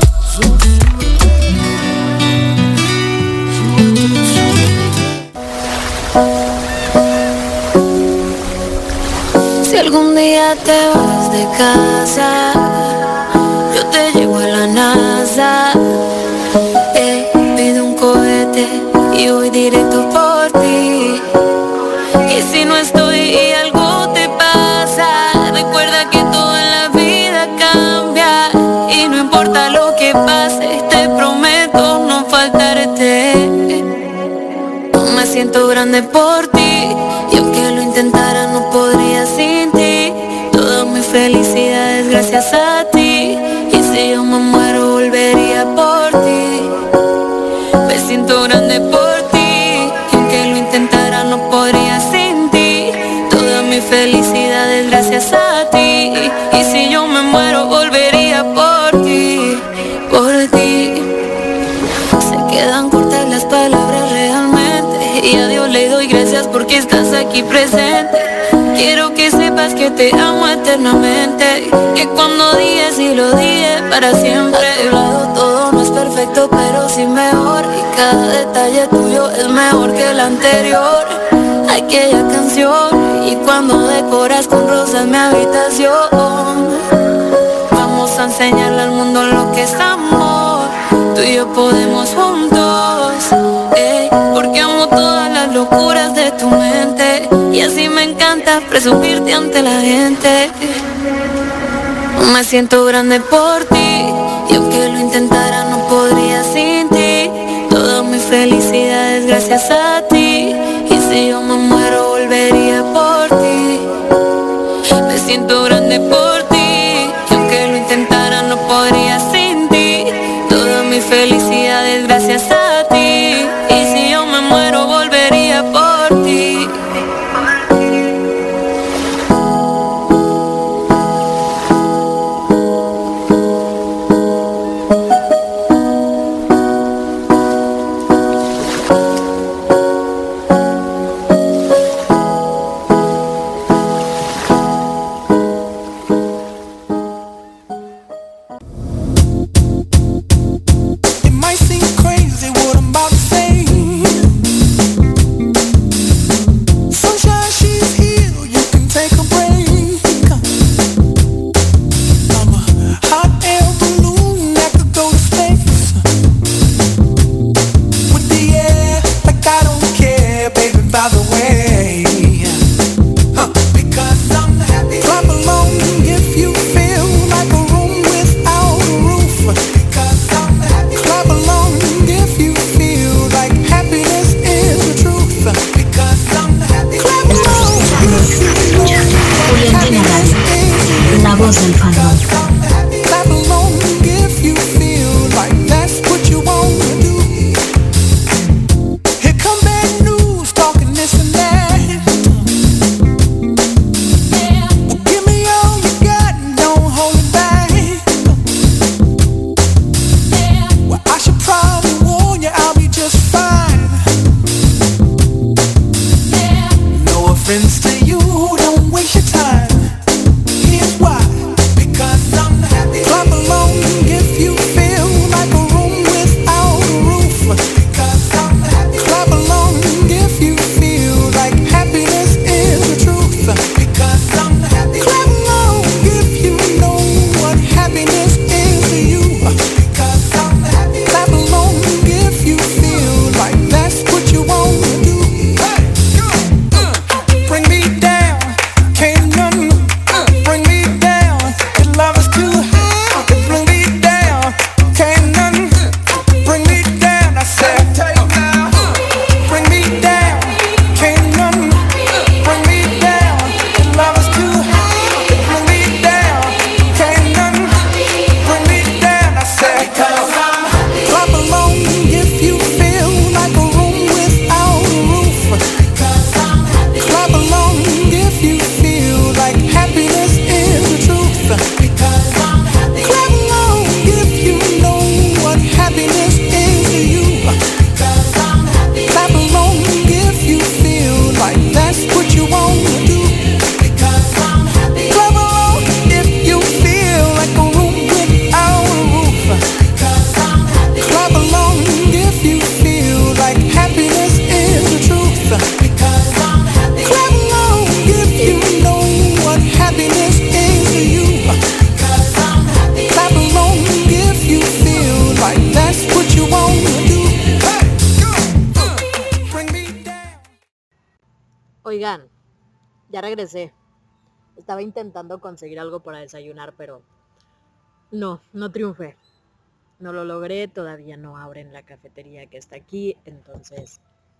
Si algún día te vas de casa, yo te llevo a la NASA. Eh, pido un cohete y voy directo por ti. Y si no estoy y algo te pasa, recuerda que todo en la vida cambia. Y no importa lo que pase, te prometo no faltarte. No me siento grande por ti, y aunque lo intentara no podría sin ti. Toda mi felicidad gracias a ti. Y si yo me muero volvería por ti. Me siento grande por ti, y aunque lo intentara no podría sin ti. Toda mi felicidad es gracias a ti. Y si yo me muero volvería por ti, por ti. Se quedan cortas las palabras realmente, y a Dios le doy gracias porque estás aquí presente. Quiero que sepas que te amo eternamente, que cuando dije sí lo dije para siempre. A tu lado todo no es perfecto, pero sí mejor, y cada detalle tuyo es mejor que el anterior. Aquella canción, y cuando decoras con rosas mi habitación. Vamos a enseñarle al mundo lo que es amor. Tú y yo podemos juntos, eh, porque amo todas las locuras de tu mente, y así me encanta presumirte ante la gente. Me siento grande por ti, y aunque lo intentara no podría sin ti. Toda mi felicidad es gracias a ti. Y si yo me muero volvería por ti. Me siento grande por ti, y aunque lo intentara no podría sin ti. Toda mi felicidad es gracias a ti. Y si yo me muero volvería por ti. Oigan, ya regresé. Estaba intentando conseguir algo para desayunar, pero no, no triunfé. No lo logré, todavía no abren la cafetería que está aquí, entonces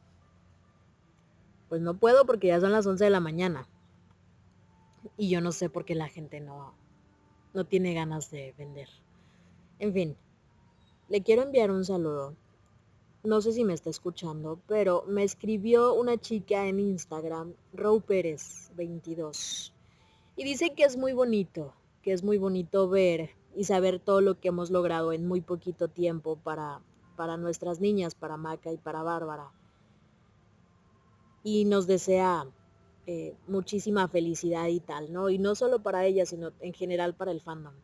pues no puedo porque ya son las once de la mañana. Y yo no sé por qué la gente no, no tiene ganas de vender. En fin, le quiero enviar un saludo. No sé si me está escuchando, pero me escribió una chica en Instagram, Rau Pérez veintidós, y dice que es muy bonito, que es muy bonito ver y saber todo lo que hemos logrado en muy poquito tiempo para, para nuestras niñas, para Maca y para Bárbara. Y nos desea eh, muchísima felicidad y tal, ¿no? Y no solo para ella, sino en general para el fandom.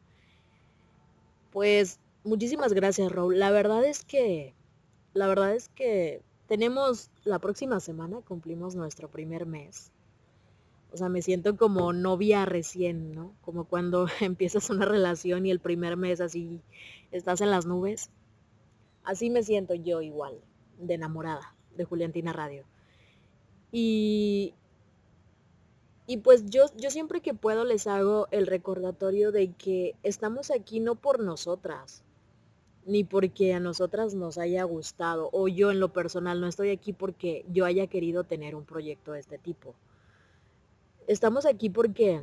Pues muchísimas gracias, Raúl. La verdad es que, la verdad es que tenemos, la próxima semana cumplimos nuestro primer mes. O sea, me siento como novia recién, ¿no? Como cuando empiezas una relación y el primer mes así estás en las nubes. Así me siento yo igual, de enamorada de Juliantina Radio. Y, y pues yo, yo siempre que puedo les hago el recordatorio de que estamos aquí no por nosotras, ni porque a nosotras nos haya gustado, o yo en lo personal no estoy aquí porque yo haya querido tener un proyecto de este tipo. Estamos aquí porque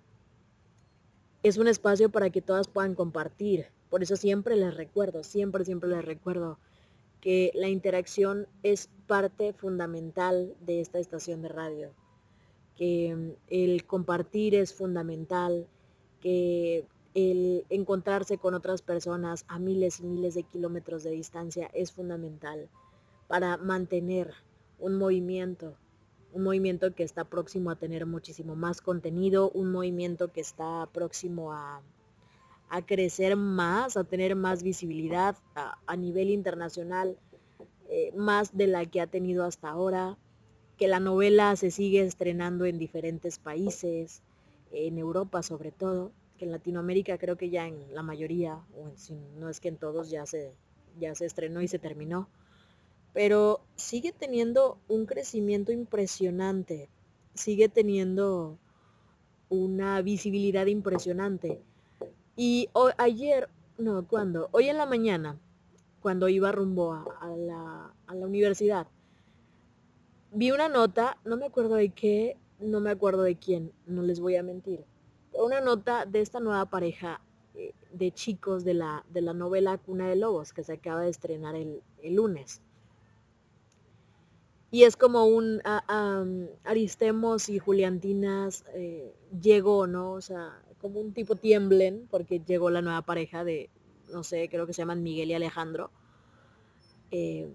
es un espacio para que todas puedan compartir. Por eso siempre les recuerdo, siempre, siempre les recuerdo que la interacción es parte fundamental de esta estación de radio, que el compartir es fundamental, que el encontrarse con otras personas a miles y miles de kilómetros de distancia es fundamental para mantener un movimiento, un movimiento que está próximo a tener muchísimo más contenido, un movimiento que está próximo a, a crecer más, a tener más visibilidad a, a nivel internacional, eh, más de la que ha tenido hasta ahora, que la novela se sigue estrenando en diferentes países, en Europa sobre todo, que en Latinoamérica creo que ya en la mayoría, o en, si no es que en todos ya se, ya se estrenó y se terminó, pero sigue teniendo un crecimiento impresionante, sigue teniendo una visibilidad impresionante. Y hoy, ayer, no, ¿cuándo? Hoy en la mañana, cuando iba rumbo a, a, la, a la universidad, vi una nota, no me acuerdo de qué, no me acuerdo de quién, no les voy a mentir, pero una nota de esta nueva pareja eh, de chicos de la, de la novela Cuna de Lobos, que se acaba de estrenar el, el lunes. Y es como un uh, um, Aristemos y Juliantinas eh, llegó, ¿no? O sea, como un tipo tiemblen, porque llegó la nueva pareja de, no sé, creo que se llaman Miguel y Alejandro. Eh,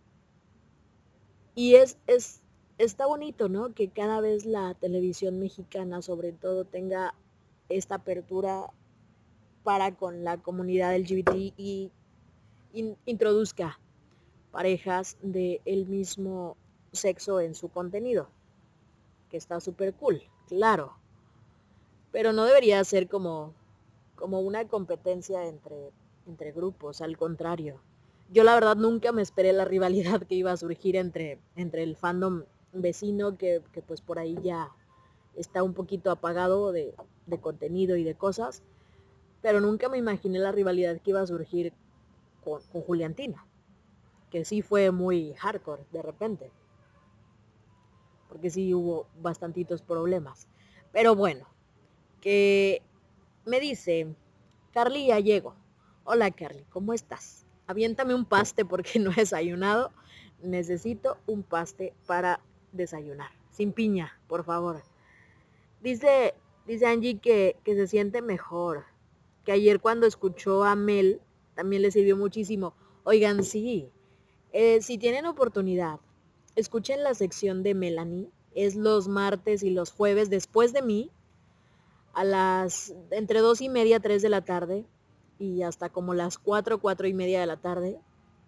y es, es, está bonito, ¿no? Que cada vez la televisión mexicana, sobre todo, tenga esta apertura para con la comunidad L G B T y in, introduzca parejas del mismo sexo en su contenido, que está súper cool, claro, pero no debería ser como, como una competencia entre, entre grupos, al contrario. Yo la verdad nunca me esperé la rivalidad que iba a surgir entre, entre el fandom vecino, que, que pues por ahí ya está un poquito apagado de, de contenido y de cosas, pero nunca me imaginé la rivalidad que iba a surgir con, con Juliantina, que sí fue muy hardcore de repente, porque sí hubo bastantitos problemas. Pero bueno, que me dice Carly Gallego. Hola Carly, ¿cómo estás? Aviéntame un paste porque no he desayunado. Necesito un paste para desayunar. Sin piña, por favor. Dice, dice Angie que, que se siente mejor. Que ayer cuando escuchó a Mel también le sirvió muchísimo. Oigan, sí. Eh, si tienen oportunidad, escuchen la sección de Melanie. Es los martes y los jueves después de mí, a las entre dos y media, tres de la tarde, y hasta como las cuatro, cuatro y media de la tarde.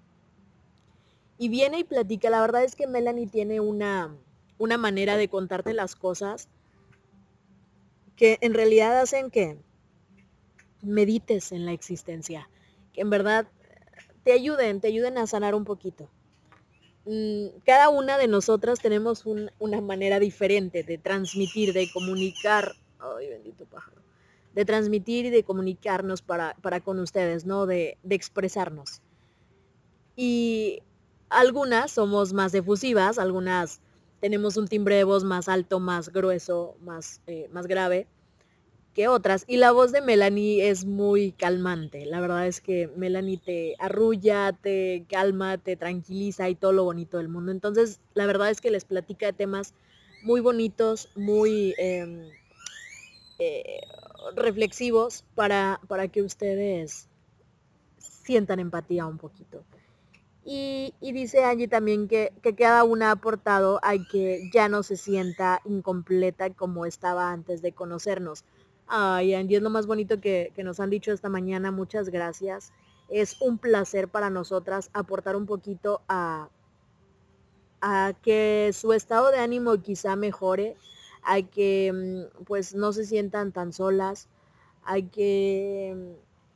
Y viene y platica. La verdad es que Melanie tiene una, una manera de contarte las cosas que en realidad hacen que medites en la existencia, que en verdad te ayuden, te ayuden a sanar un poquito. Cada una de nosotras tenemos un, una manera diferente de transmitir, de comunicar, ay bendito pájaro, de transmitir y de comunicarnos para, para con ustedes, ¿no? De, de expresarnos. Y algunas somos más efusivas, algunas tenemos un timbre de voz más alto, más grueso, más, eh, más grave, que otras. Y la voz de Melanie es muy calmante. La verdad es que Melanie te arrulla, te calma, te tranquiliza y todo lo bonito del mundo. Entonces, la verdad es que les platica de temas muy bonitos, muy eh, eh, reflexivos para, para que ustedes sientan empatía un poquito. Y, y dice Angie también que, que cada una ha aportado a que ya no se sienta incompleta como estaba antes de conocernos. Ay, Angie, es lo más bonito que, que nos han dicho esta mañana. Muchas gracias. Es un placer para nosotras aportar un poquito a, a que su estado de ánimo quizá mejore, a que pues no se sientan tan solas, a que...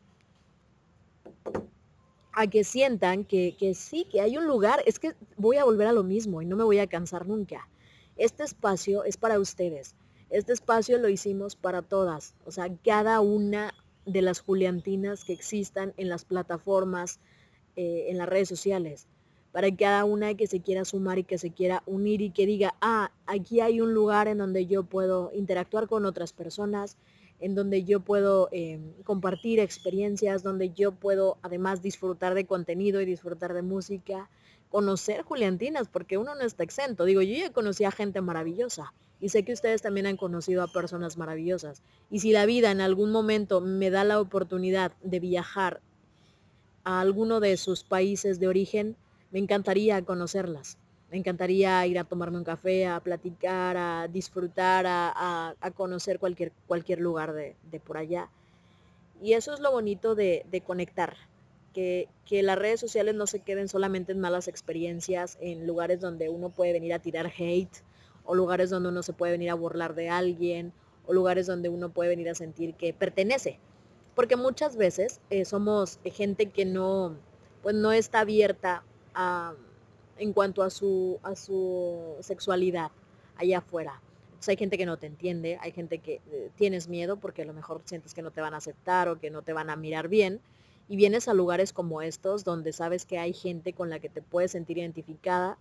a que sientan que, que sí, que hay un lugar. Es que voy a volver a lo mismo y no me voy a cansar nunca. Este espacio es para ustedes. Este espacio lo hicimos para todas. O sea, cada una de las Juliantinas que existan en las plataformas, eh, en las redes sociales. Para cada una que se quiera sumar y que se quiera unir y que diga, ah, aquí hay un lugar en donde yo puedo interactuar con otras personas, en donde yo puedo eh, compartir experiencias, donde yo puedo además disfrutar de contenido y disfrutar de música, conocer Juliantinas, porque uno no está exento. Digo, yo ya conocí a gente maravillosa y sé que ustedes también han conocido a personas maravillosas. Y si la vida en algún momento me da la oportunidad de viajar a alguno de sus países de origen, me encantaría conocerlas. Me encantaría ir a tomarme un café, a platicar, a disfrutar, a, a, a conocer cualquier, cualquier lugar de, de por allá. Y eso es lo bonito de, de conectar, que, que las redes sociales no se queden solamente en malas experiencias, en lugares donde uno puede venir a tirar hate, o lugares donde uno se puede venir a burlar de alguien, o lugares donde uno puede venir a sentir que pertenece. Porque muchas veces eh, somos gente que no, pues no está abierta a... en cuanto a su, a su sexualidad allá afuera. Entonces hay gente que no te entiende, hay gente que eh, tienes miedo porque a lo mejor sientes que no te van a aceptar o que no te van a mirar bien, y vienes a lugares como estos donde sabes que hay gente con la que te puedes sentir identificada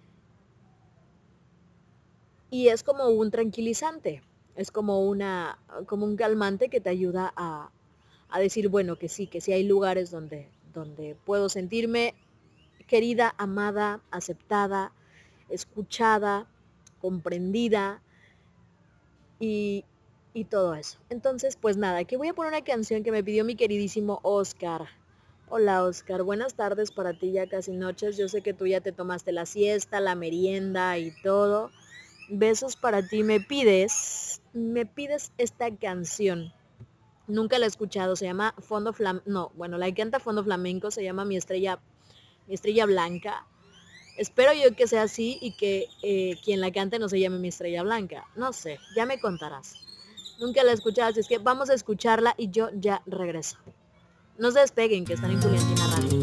y es como un tranquilizante, es como, una, como un calmante que te ayuda a, a decir, bueno, que sí, que sí hay lugares donde, donde puedo sentirme querida, amada, aceptada, escuchada, comprendida y, y todo eso. Entonces, pues nada, aquí voy a poner una canción que me pidió mi queridísimo Oscar. Hola Oscar, buenas tardes para ti, ya casi noches. Yo sé que tú ya te tomaste la siesta, la merienda y todo. Besos para ti. Me pides, me pides esta canción. Nunca la he escuchado, se llama Fondo Flamenco. No, bueno, la que canta Fondo Flamenco se llama Mi Estrella Mi Estrella Blanca. Espero yo que sea así y que eh, quien la cante no se llame Mi Estrella Blanca. No sé, ya me contarás. Nunca la he escuchado, así es que vamos a escucharla y yo ya regreso. No se despeguen, que están en Juliantina Radio.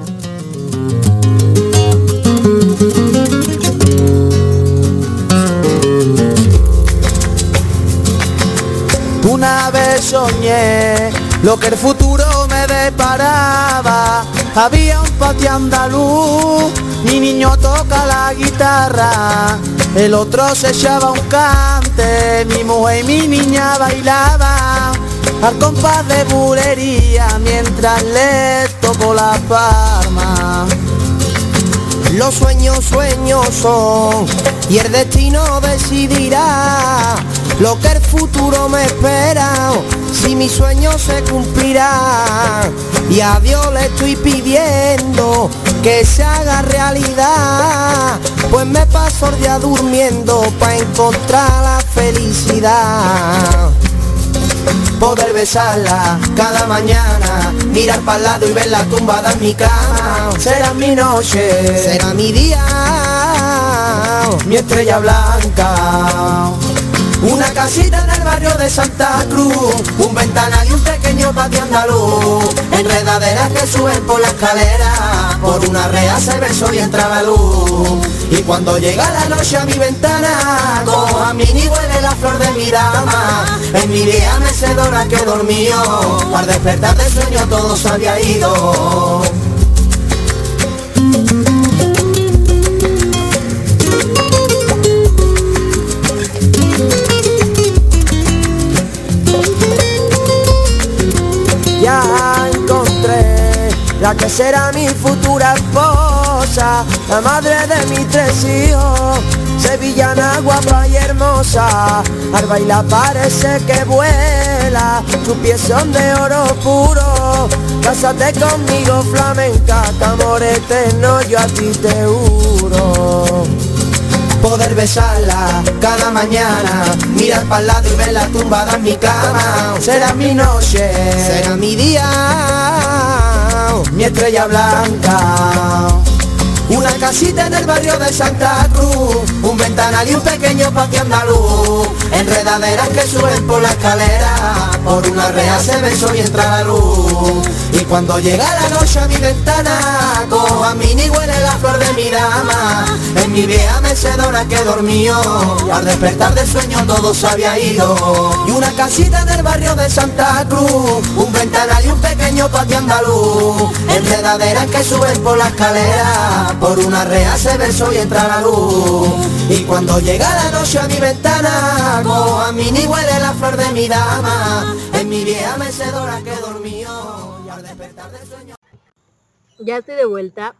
Una vez soñé lo que el futuro me deparaba. Había un patio andaluz, mi niño toca la guitarra, el otro se echaba un cante, mi mujer y mi niña bailaban al compás de bulería mientras le tocó la palma. Los sueños, sueños son, y el destino decidirá lo que el futuro me espera, si mis sueños se cumplirán. Y a Dios le estoy pidiendo que se haga realidad, pues me paso el día durmiendo pa' encontrar la felicidad. Poder besarla cada mañana, mirar para el lado y verla tumbada en mi cama. Será mi noche, será mi día, mi estrella blanca. Una casita en el barrio de Santa Cruz, un ventanal y un pequeño patio andaluz, enredaderas que suben por la escalera, por una rea se ve el sol y entraba luz. Y cuando llega la noche a mi ventana, cojo a mí y huele la flor de mi dama. En mi día mecedora que dormío, para despertar del sueño todo se había ido. será mi futura esposa, la madre de mis tres hijos. Sevillana, guapa y hermosa, al bailar parece que vuela, sus pies son de oro puro. Cásate conmigo, flamenca, que amor eterno yo a ti te juro. Poder besarla cada mañana, mirar para el lado y verla tumbada en mi cama. Será mi noche, será mi día, mi estrella blanca. Una casita en el barrio de Santa Cruz, un ventanal y un pequeño patio andaluz, enredaderas que suben por la escalera, por una reja se besó y entra la luz. Y cuando llega la noche a mi ventana, cojo a mí ni huele la flor de mi dama, en mi vieja mecedora que dormió, y al despertar del sueño todo se había ido. Y una casita en el barrio de Santa Cruz, un ventanal y un pequeño patio andaluz, enredaderas que suben por la escalera, por una reja se besó y entra la luz. Y cuando llega la noche a mi ventana, cojo a mí ni huele la flor de mi dama, en mi vieja mecedora que dormió, y al despertar del sueño. Ya estoy de vuelta.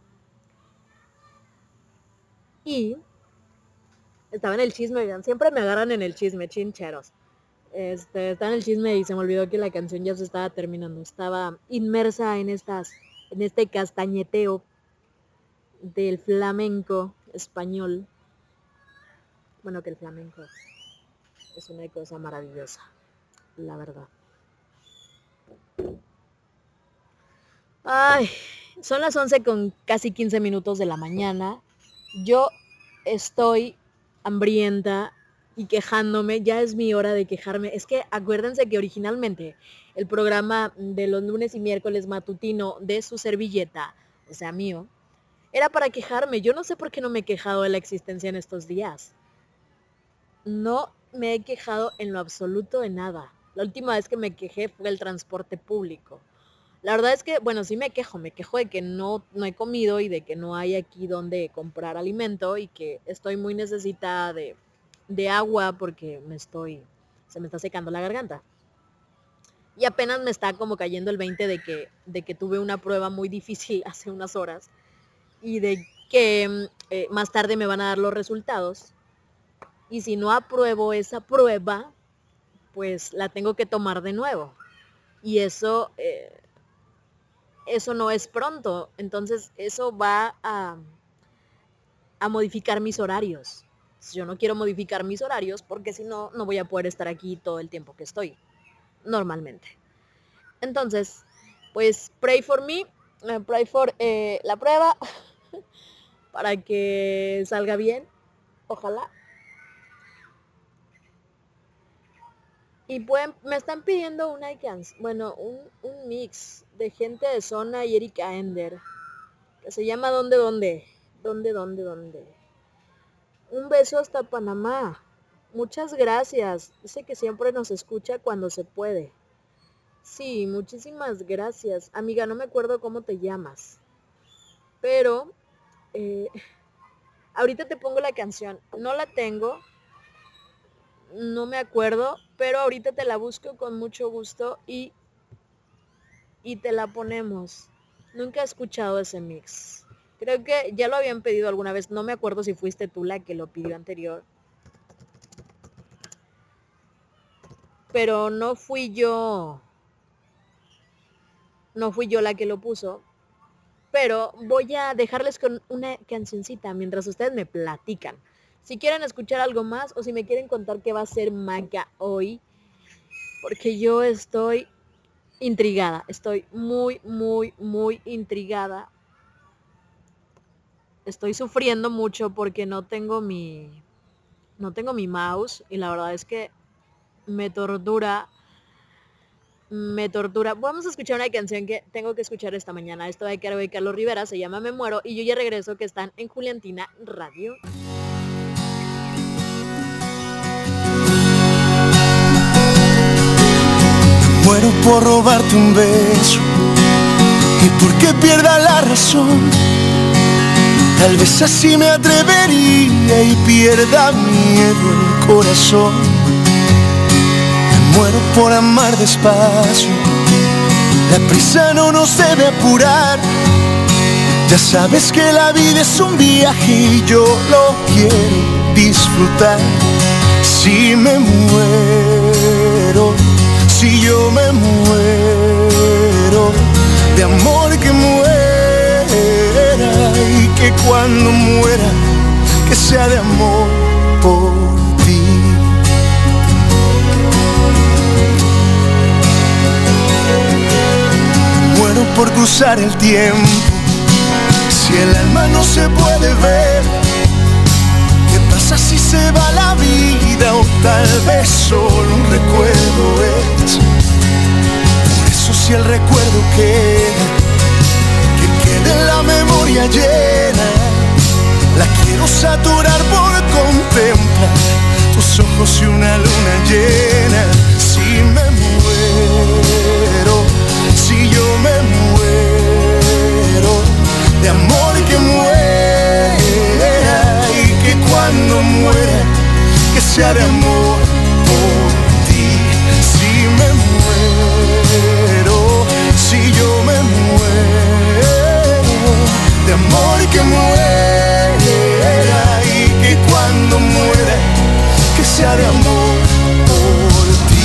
Y estaba en el chisme, oigan, siempre me agarran en el chisme, chincheros. Este, estaba en el chisme y se me olvidó que la canción ya se estaba terminando. Estaba inmersa en estas, en este castañeteo del flamenco español. Bueno, que el flamenco es una cosa maravillosa, la verdad. Ay, son las once con casi quince minutos de la mañana. Yo estoy hambrienta y quejándome. Ya es mi hora de quejarme. Es que acuérdense que originalmente el programa de los lunes y miércoles matutino de su servilleta, o sea mío, era para quejarme. Yo no sé por qué no me he quejado de la existencia en estos días. No me he quejado en lo absoluto de nada. La última vez que me quejé fue el transporte público. La verdad es que, bueno, sí me quejo. Me quejo de que no, no he comido y de que no hay aquí donde comprar alimento y que estoy muy necesitada de, de agua porque me estoy, se me está secando la garganta. Y apenas me está como cayendo el veinte de que, de que tuve una prueba muy difícil hace unas horas. Y de que eh, más tarde me van a dar los resultados. Y si no apruebo esa prueba, pues la tengo que tomar de nuevo. Y eso, eh, eso no es pronto. Entonces eso va a, a modificar mis horarios. Yo no quiero modificar mis horarios porque si no, no voy a poder estar aquí todo el tiempo que estoy, normalmente. Entonces, pues pray for me, uh, pray for eh, la prueba. Para que salga bien, ojalá. Y pueden, me están pidiendo una canción, bueno, un, un mix de Gente de Zona y Erika Ender, que se llama ¿Dónde, dónde? ¿Dónde, dónde, dónde? Un beso hasta Panamá. Muchas gracias. Dice que siempre nos escucha cuando se puede. Sí, muchísimas gracias. Amiga, no me acuerdo cómo te llamas. Pero Eh, ahorita te pongo la canción. No la tengo, no me acuerdo, pero ahorita te la busco con mucho gusto y, y te la ponemos. Nunca he escuchado ese mix. Creo que ya lo habían pedido alguna vez. No me acuerdo si fuiste tú la que lo pidió anterior. Pero no fui yo. No fui yo la que lo puso. Pero voy a dejarles con una cancioncita mientras ustedes me platican. Si quieren escuchar algo más o si me quieren contar qué va a hacer Maca hoy. Porque yo estoy intrigada. Estoy muy, muy, muy intrigada. Estoy sufriendo mucho porque no tengo mi... No tengo mi mouse. Y la verdad es que me tortura... Me tortura. Vamos a escuchar una canción que tengo que escuchar esta mañana. Esto de Caro y Carlos Rivera, se llama Me Muero. Y yo ya regreso, que están en Juliantina Radio. Muero por robarte un beso y porque pierda la razón. Tal vez así me atrevería y pierda miedo el corazón. Muero por amar despacio, la prisa no nos debe apurar. Ya sabes que la vida es un viaje y yo lo quiero disfrutar. Si me muero, si yo me muero, de amor que muera, y que cuando muera, que sea de amor por ti. Muero por cruzar el tiempo. Si el alma no se puede ver, ¿qué pasa si se va la vida? O tal vez solo un recuerdo es. Por eso si el recuerdo queda, que quede en la memoria llena. La quiero saturar por contemplar tus ojos y una luna llena. Si me muero, si yo me muero, de amor que muera, y que cuando muera, que sea de amor por ti. Si me muero, si yo me muero, de amor que muera, y que cuando muera, que sea de amor por ti.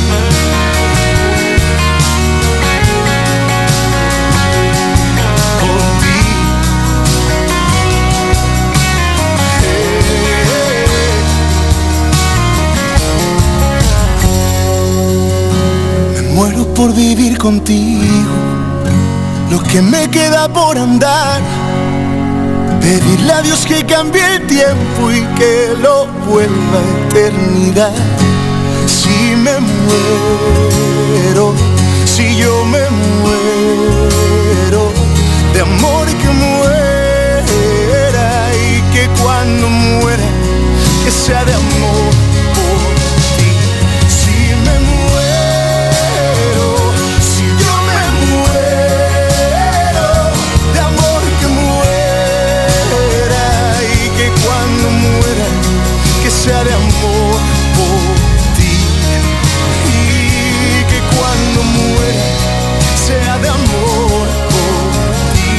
Muero por vivir contigo, lo que me queda por andar. Pedirle a Dios que cambie el tiempo y que lo vuelva a eternidad. Si me muero, si yo me muero, de amor que muera, y que cuando muera, que sea de amor por ti. Si me muero, si yo me muero, de amor que muera, y que cuando muera, que sea de amor por ti. Y que cuando muera, sea de amor por ti.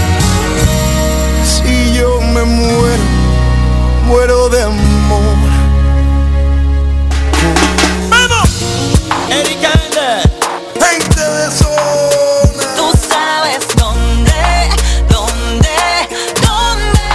Si yo me muero, muero de amor. ¡Vamos! Erika Ender, gente de zona. Tú sabes dónde, dónde, dónde.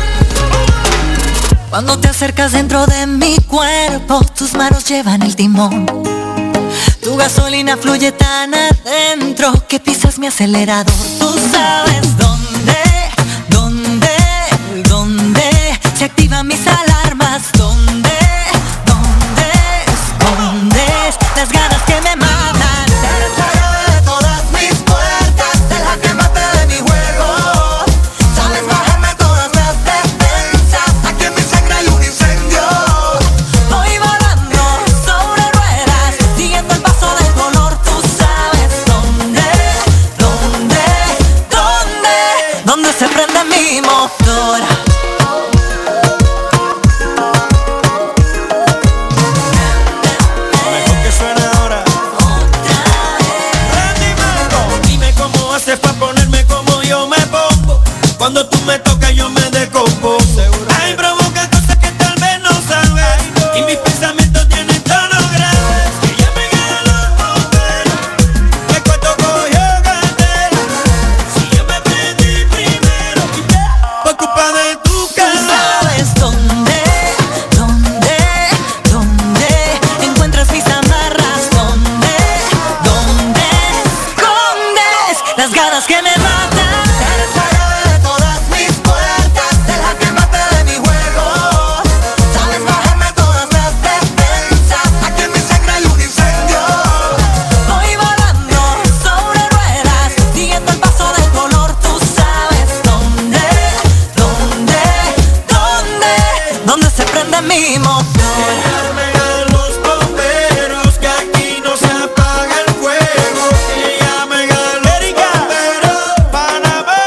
Cuando te acercas dentro de mi cuerpo, tus manos llevan el timón. Tu gasolina fluye tan adentro que pisas mi acelerador. Tú sabes dónde, dónde, dónde se activan mis alarmas. ¿Dónde, dónde, dónde las ganas que me matan? Eres la llave de todas mis puertas, deja que mate de mi juego. Sabes bajarme todas las defensas, aquí en mi sangre hay un incendio. Voy volando sobre ruedas, siguiendo el paso del color. Tú sabes dónde, dónde, dónde, dónde se prende mi motor. Mejor que suene ahora. Randy Marco, dime cómo haces pa' ponerme como yo me pongo. Cuando tú me tocas yo me decompongo. Ay, provoca cosas que tal vez no sabes, y mis pensamientos tienen tono graves. Que ya me ganan los bomberos, el cuarto cogió candela. Si yo me prendí primero, por culpa de tu Tú cara. sabes dónde, dónde, dónde encuentras mis amarras. Dónde, dónde escondes las ganas que me matan. Eres la llave de todas mis puertas, deja que mate de mi juego. Sabes bajarme todas las defensas, aquí en mi sangre hay un incendio. Voy volando sobre ruedas, siguiendo el paso del color. Tú sabes dónde, dónde, dónde, dónde se prende mi motor. Me ganan los bomberos, que aquí no se apaga el fuego. Ella me ganó los bomberos, Panamá.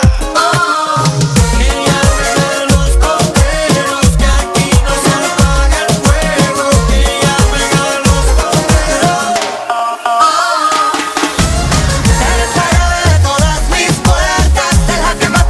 Ella me ganó los bomberos, que aquí no se apaga el fuego. Ella me ganó los bomberos. Eres la llave de todas mis puertas, deja que mate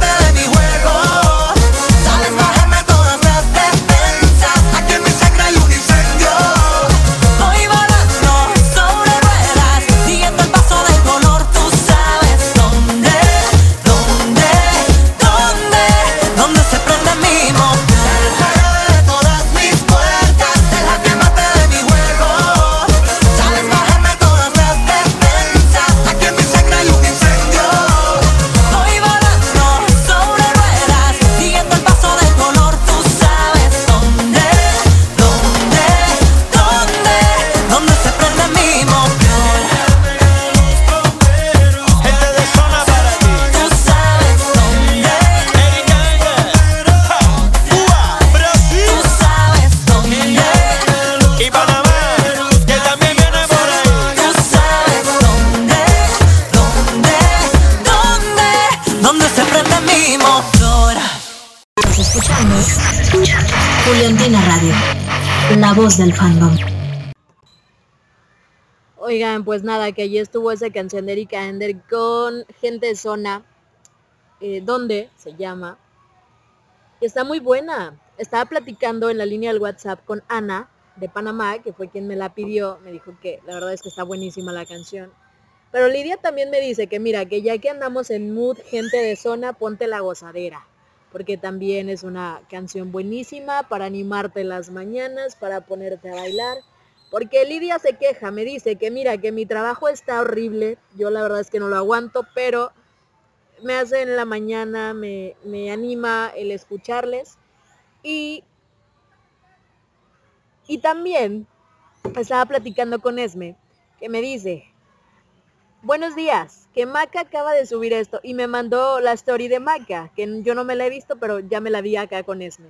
Juliantina Radio, la voz del fandom. Oigan, pues nada, que allí estuvo esa canción de Erika Ender con Gente de Zona, eh, ¿Dónde? Se llama. Está muy buena. Estaba platicando en la línea del WhatsApp con Ana, de Panamá, que fue quien me la pidió. Me dijo que la verdad es que está buenísima la canción. Pero Lidia también me dice que mira, que ya que andamos en mood Gente de Zona, ponte La Gozadera, porque también es una canción buenísima para animarte en las mañanas, para ponerte a bailar. Porque Lidia se queja, me dice que mira, que mi trabajo está horrible, yo la verdad es que no lo aguanto, pero me hace en la mañana, me, me anima el escucharles. Y, y también estaba platicando con Esme, que me dice, buenos días, que Maca acaba de subir esto, y me mandó la story de Maca, que yo no me la he visto, pero ya me la vi acá con Esme.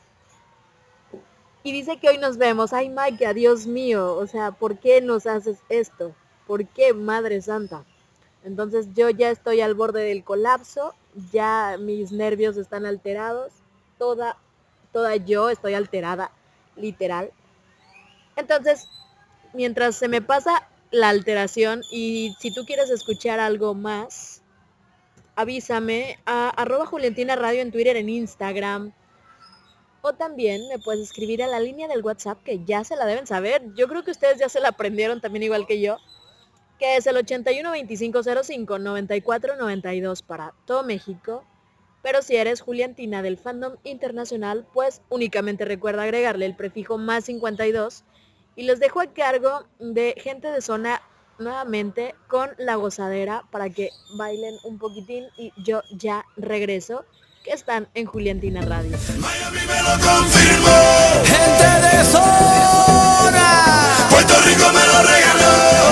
Y dice que hoy nos vemos. Ay, Maca, Dios mío, o sea, ¿por qué nos haces esto? ¿Por qué, Madre Santa? Entonces yo ya estoy al borde del colapso, ya mis nervios están alterados, toda, toda yo estoy alterada, literal. Entonces, mientras se me pasa la alteración, y si tú quieres escuchar algo más, avísame a arroba Juliantina Radio en Twitter, en Instagram, o también me puedes escribir a la línea del WhatsApp, que ya se la deben saber. Yo creo que ustedes ya se la aprendieron también igual que yo, que es el ochenta y uno veinticinco cero cinco noventa y cuatro noventa y dos para todo México. Pero si eres Juliantina del fandom internacional, pues únicamente recuerda agregarle el prefijo más cincuenta y dos. Y los dejo a cargo de Gente de Zona nuevamente con La Gozadera para que bailen un poquitín, y yo ya regreso, que están en Juliantina Radio. Miami me lo confirmó. Gente de Zona. Puerto Rico me lo regaló.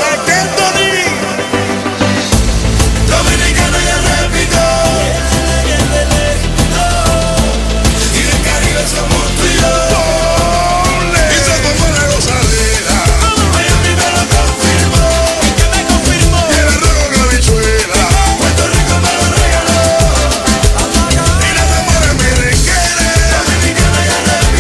Dominicana ya repito. Y del Caribe somos tú y yo. Y somos una gozadera. Miami me lo confirmó. ¿Qué me confirmó? Y el arroz con habichuela. Puerto Rico me lo regaló. Y las amores merengueras. Dominicana ya repito.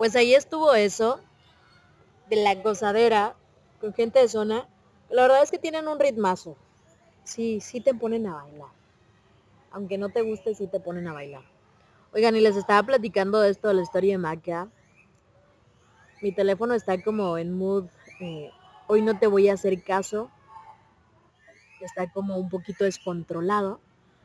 Pues ahí estuvo eso, de la gozadera, con gente de zona. La verdad es que tienen un ritmazo. Sí, sí te ponen a bailar. Aunque no te guste, sí te ponen a bailar. Oigan, y les estaba platicando de esto de la historia de Maca. Mi teléfono está como en mood, eh, hoy no te voy a hacer caso. Está como un poquito descontrolado.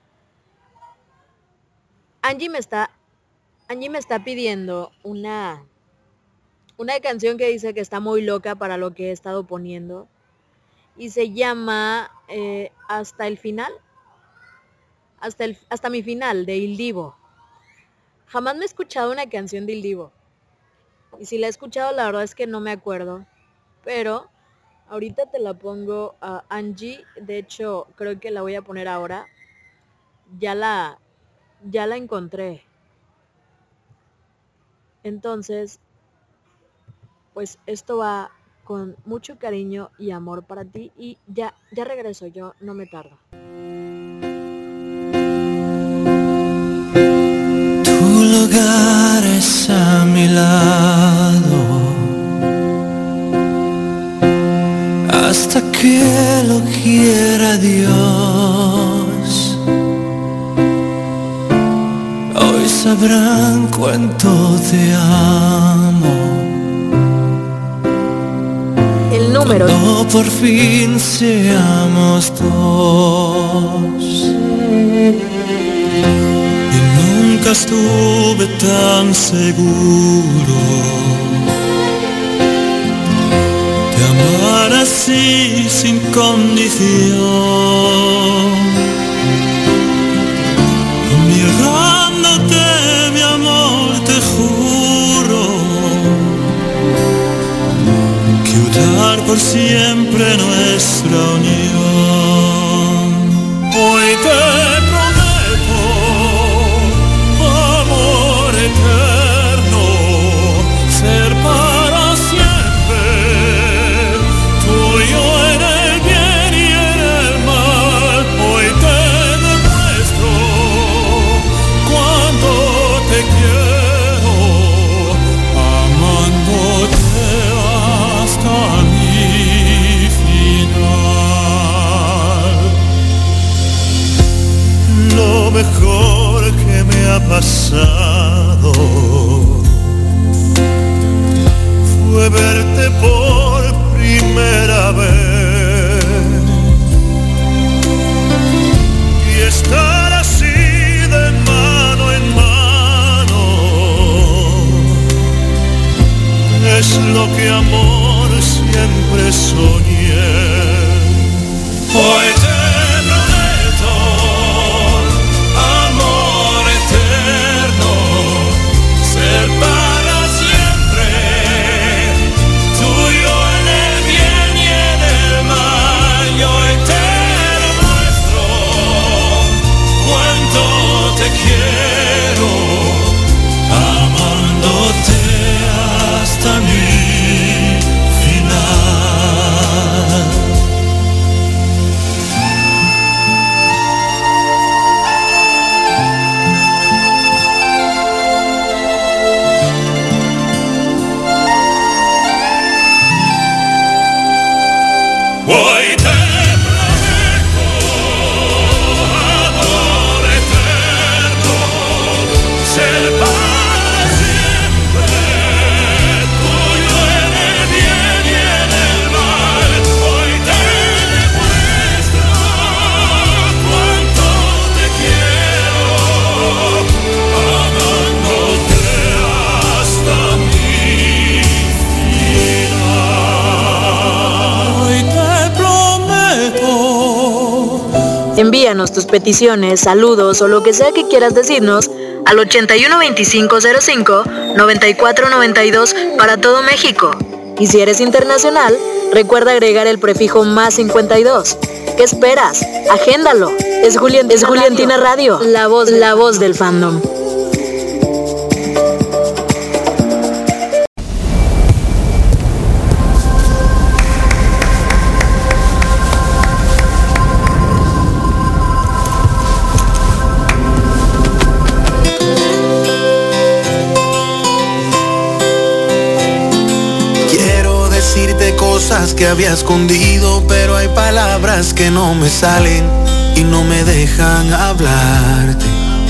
Angie me está, Angie me está pidiendo una, una canción que dice que está muy loca para lo que he estado poniendo. Y se llama eh, Hasta el final. Hasta, el, hasta mi final, de Il Divo. Jamás me he escuchado una canción de Il Divo. Y si la he escuchado, la verdad es que no me acuerdo. Pero ahorita te la pongo a Angie. De hecho, creo que la voy a poner ahora. Ya la, ya la encontré. Entonces, pues esto va con mucho cariño y amor para ti. Y ya, ya regreso yo, no me tardo. Tu lugar es a mi lado, hasta que lo quiera Dios. Hoy sabrán cuánto te amo. El número. Cuando por fin seamos dos. Nunca estuve tan seguro de amar así sin condición, mirándote mi amor te juro que unir por siempre nuestra unión. Hoy te eterno, ser para siempre, tuyo en el bien y en el mal. Hoy te demuestro cuánto te quiero, amándote hasta mi final. Lo mejor que me ha pasado fue verte por primera vez y estar así de mano en mano. Es lo que amor siempre soñé. Hoy te prometo amor eterno, ser para siempre, tuyo en el bien y en el mal. Y hoy te demuestro cuánto te quiero, amándote hasta mi final. Hoy te prometo amor eterno, ser para siempre, tuyo en el bien y en el mal. Hoy te demuestro cuánto te quiero, amándote hasta mi final. Hoy te prometo. Envíanos tus peticiones, saludos o lo que sea que quieras decirnos al ochenta y uno veinticinco cero cinco noventa y cuatro noventa y dos para todo México. Y si eres internacional, recuerda agregar el prefijo más cincuenta y dos. ¿Qué esperas? Agéndalo. Es, Julián, es Juliantina Radio, la voz, la voz del fandom. cosas que había escondido, pero hay palabras que no me salen y no me dejan hablarte.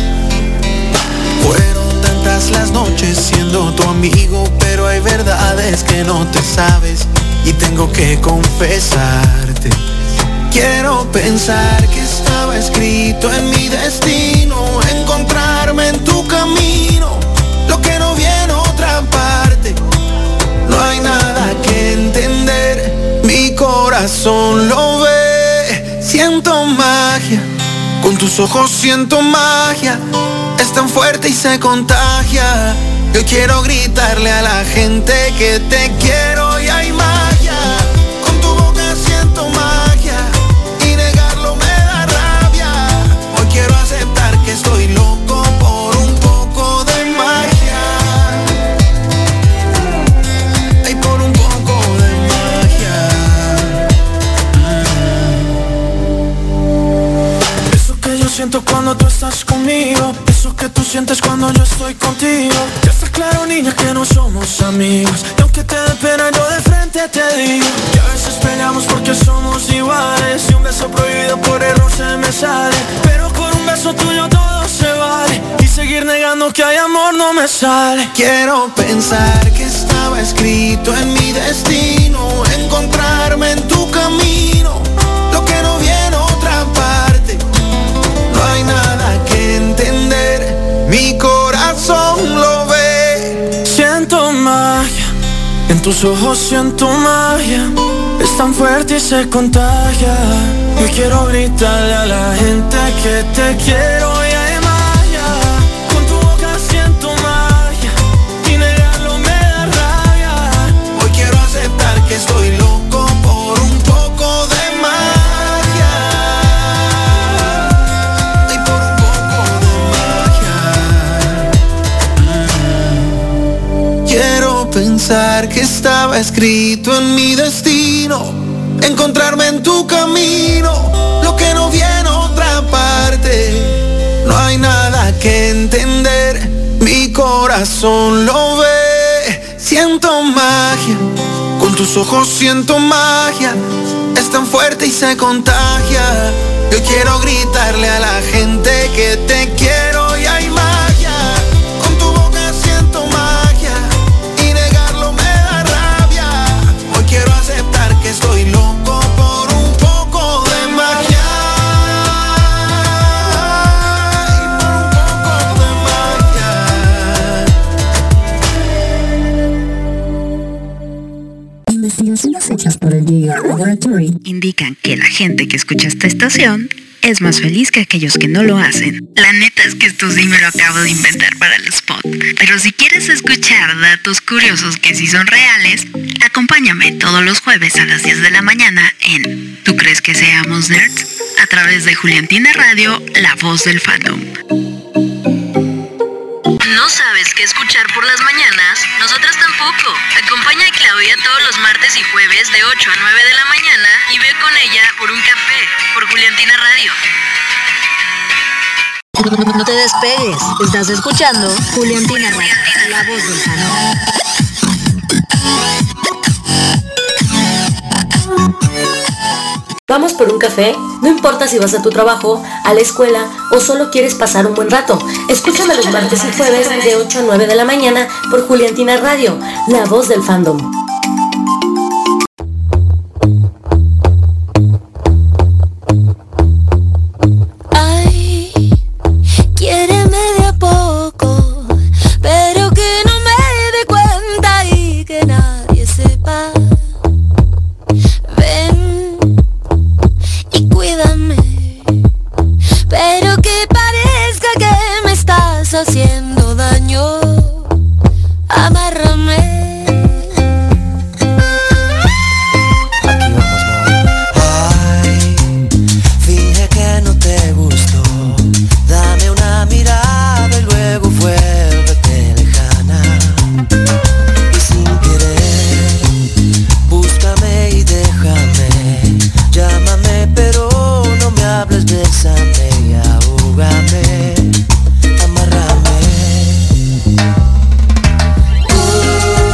Fueron tantas las noches siendo tu amigo, pero hay verdades que no te sabes y tengo que confesarte. Quiero pensar que estaba escrito en mi destino, encontrarme en tu camino, lo que no viene en otra parte. No hay nada que entender, mi corazón lo ve. Siento magia, con tus ojos siento magia, es tan fuerte y se contagia. Yo quiero gritarle a la gente que te quiero y hay magia. Con tu boca siento magia y negarlo me da rabia. Hoy quiero aceptar que estoy loco por un poco de magia. Ay, por un poco de magia. Mm. Eso que yo siento cuando tú estás conmigo, eso que tú sientes cuando yo estoy contigo. Ya está claro, niña, que no somos amigos, y aunque te dé pena yo de frente te digo que a veces peleamos porque somos iguales, y un beso prohibido por error se me sale, pero por un beso tuyo todo se vale, y seguir negando que hay amor no me sale. Quiero pensar que estaba escrito en mi destino, encontrarme en tu camino, lo que no viene en otra parte. No hay nada que entender, mi corazón lo ve. Siento magia, en tus ojos siento magia, es tan fuerte y se contagia. Yo quiero gritarle a la gente que te quiero y hay magia. Con tu boca siento magia y negarlo me da rabia. Hoy quiero aceptar que estoy loco por un poco de magia. Y por un poco de magia. Mm. Quiero pensar que estaba escrito en mi destino, encontrarme en tu camino, lo que no viene en otra parte. No hay nada que entender, mi corazón lo ve. Siento magia, con tus ojos siento magia, es tan fuerte y se contagia. Yo quiero gritarle a la gente que te quiero y hay magia. Con tu boca siento magia y negarlo me da rabia. Hoy quiero aceptar que estoy loco por un poco de magia. Y por un poco de magia. Investigaciones hechas por el Giga Laboratory indican que la gente que escucha esta estación es más feliz que aquellos que no lo hacen. La neta es que esto sí me lo acabo de inventar para el spot. Pero si quieres escuchar datos curiosos que sí son reales, acompáñame todos los jueves a las diez de la mañana en ¿Tú crees que seamos nerds? A través de Juliantina Radio, la voz del fandom. ¿No sabes qué escuchar por las mañanas? Nosotras tampoco. Acompaña a Claudia todos los martes y jueves de ocho a nueve de la mañana y ve con ella por un café, por Juliantina Radio. No te despegues, estás escuchando Juliantina Radio, la voz del fandom. ¿Vamos por un café? No importa si vas a tu trabajo, a la escuela o solo quieres pasar un buen rato. Escúchame los martes y jueves de ocho a nueve de la mañana por Juliantina Radio, la voz del fandom. Ay, quiéreme de a poco, pero que no me dé cuenta y que nadie sepa. Ven y cuídame, pero que parezca que me estás haciendo daño. Amárrame. Aquí vamos, ay, finge que no te gustó. Dame una mirada y luego vuélvete lejana. Y sin querer, búscame y déjame. Llámame pero no me hables, bésame y ahógame. Amárrame. Uh,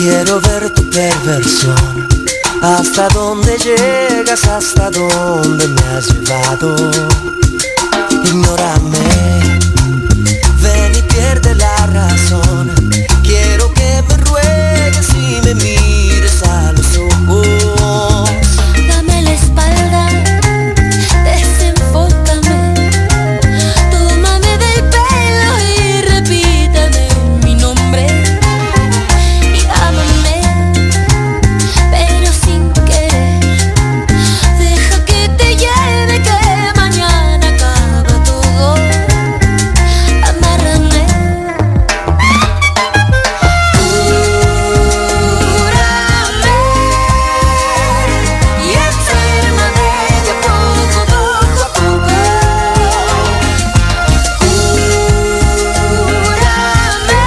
Quiero ver tu perversión, hasta dónde llegas, hasta dónde me has llevado. Ignórame, ven y pierde la razón. Quiero que me ruegues y me mires a los ojos. Dame la espalda, desenfócame, tómame del pelo y repítame mi nombre. Y ámame, pero sin querer. Deja que te lleve, que mañana acaba todo. Amárrame. Y enférmame de poco, poco a poco. Cúrame,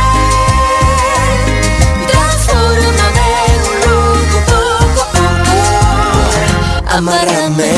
transfórmame en un loco poco a poco. Amárrame.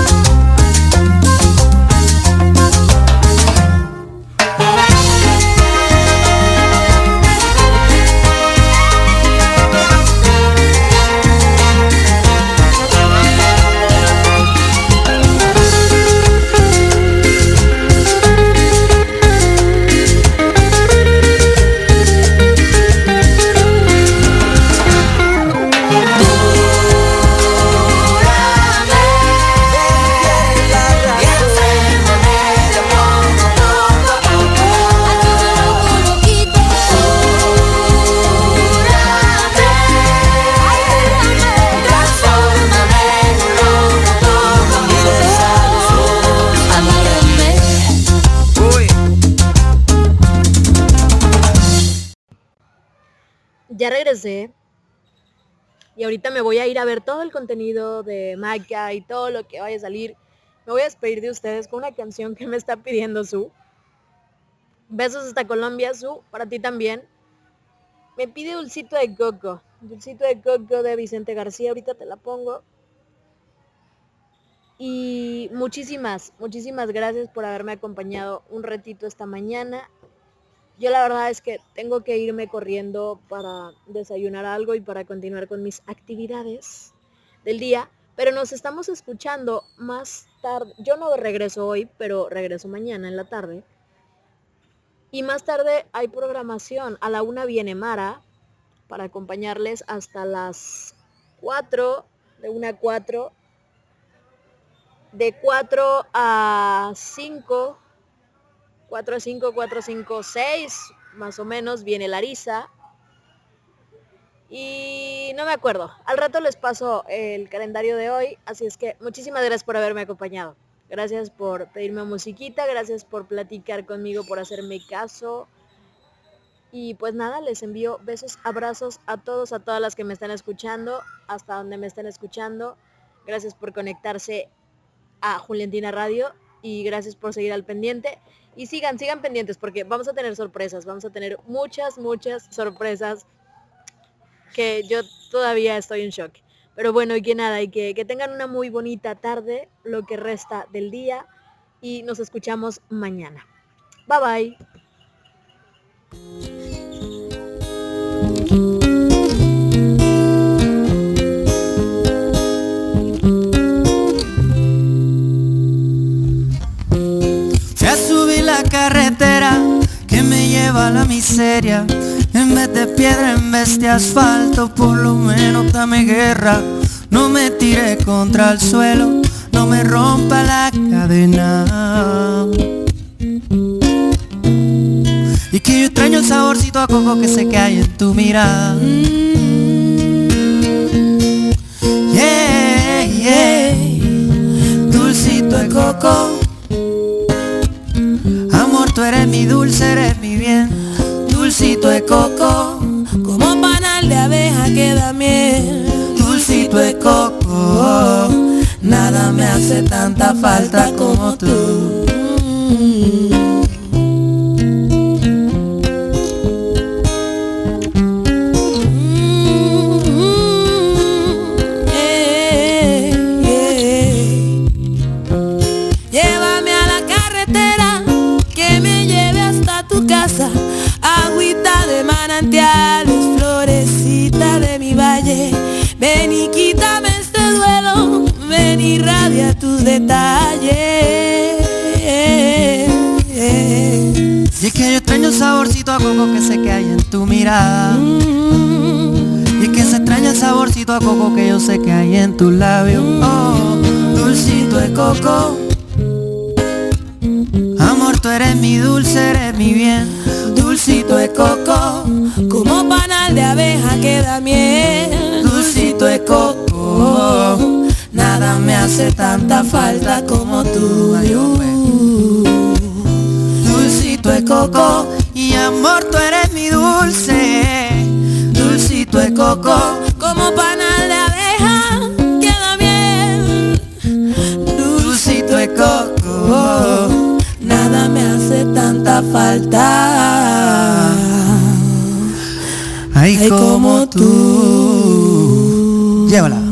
Ya regresé y ahorita me voy a ir a ver todo el contenido de Maca y todo lo que vaya a salir. Me voy a despedir de ustedes con una canción que me está pidiendo Su. Besos hasta Colombia, Su, para ti también. Me pide Dulcito de Coco, Dulcito de Coco de Vicente García, ahorita te la pongo. Y muchísimas, muchísimas gracias por haberme acompañado un ratito esta mañana. Yo la verdad es que tengo que irme corriendo para desayunar algo y para continuar con mis actividades del día, pero nos estamos escuchando más tarde. Yo no regreso hoy, pero regreso mañana en la tarde. Y más tarde hay programación. A la una viene Mara para acompañarles hasta las cuatro, de una a cuatro. De cuatro a cinco. cuatro a cinco, cuatro a cinco, seis, más o menos, viene Larisa. Y no me acuerdo. Al rato les paso el calendario de hoy. Así es que muchísimas gracias por haberme acompañado. Gracias por pedirme musiquita. Gracias por platicar conmigo, por hacerme caso. Y pues nada, les envío besos, abrazos a todos, a todas las que me están escuchando, hasta donde me están escuchando. Gracias por conectarse a Juliantina Radio. Y gracias por seguir al pendiente. Y sigan, sigan pendientes porque vamos a tener sorpresas. Vamos a tener muchas, muchas sorpresas que yo todavía estoy en shock. Pero bueno, y que nada, y que, que tengan una muy bonita tarde, lo que resta del día. Y nos escuchamos mañana. Bye bye. Carretera que me lleva a la miseria, en vez de piedra, en vez de asfalto, por lo menos dame guerra. No me tire contra el suelo, no me rompa la cadena. Y que yo extraño el saborcito a coco que sé que hay en tu mirada. Yeah, yeah, dulcito de coco. Amor, tú eres mi dulce, eres mi bien. Dulcito de coco, como panal de abeja que da miel. Dulcito de coco, nada me hace tanta falta como tú. Agüita de manantiales, florecita ven y quítame este duelo, ven y radia tus detalles. Y es que yo extraño el saborcito a coco que sé que hay en tu mirada. Y es que se extraña el saborcito a coco que yo sé que hay en tus labios. Oh, dulcito de coco. Amor, tú eres mi dulce, eres mi bien. Dulcito de coco, como panal de abeja que da miel. Dulcito de coco, nada me hace tanta falta como tú. Dulcito de coco, y amor, tú eres mi dulce. Dulcito de coco, como panal de abeja que da miel. Dulcito de coco, nada me hace tanta falta. Ay, como tú. Llévala.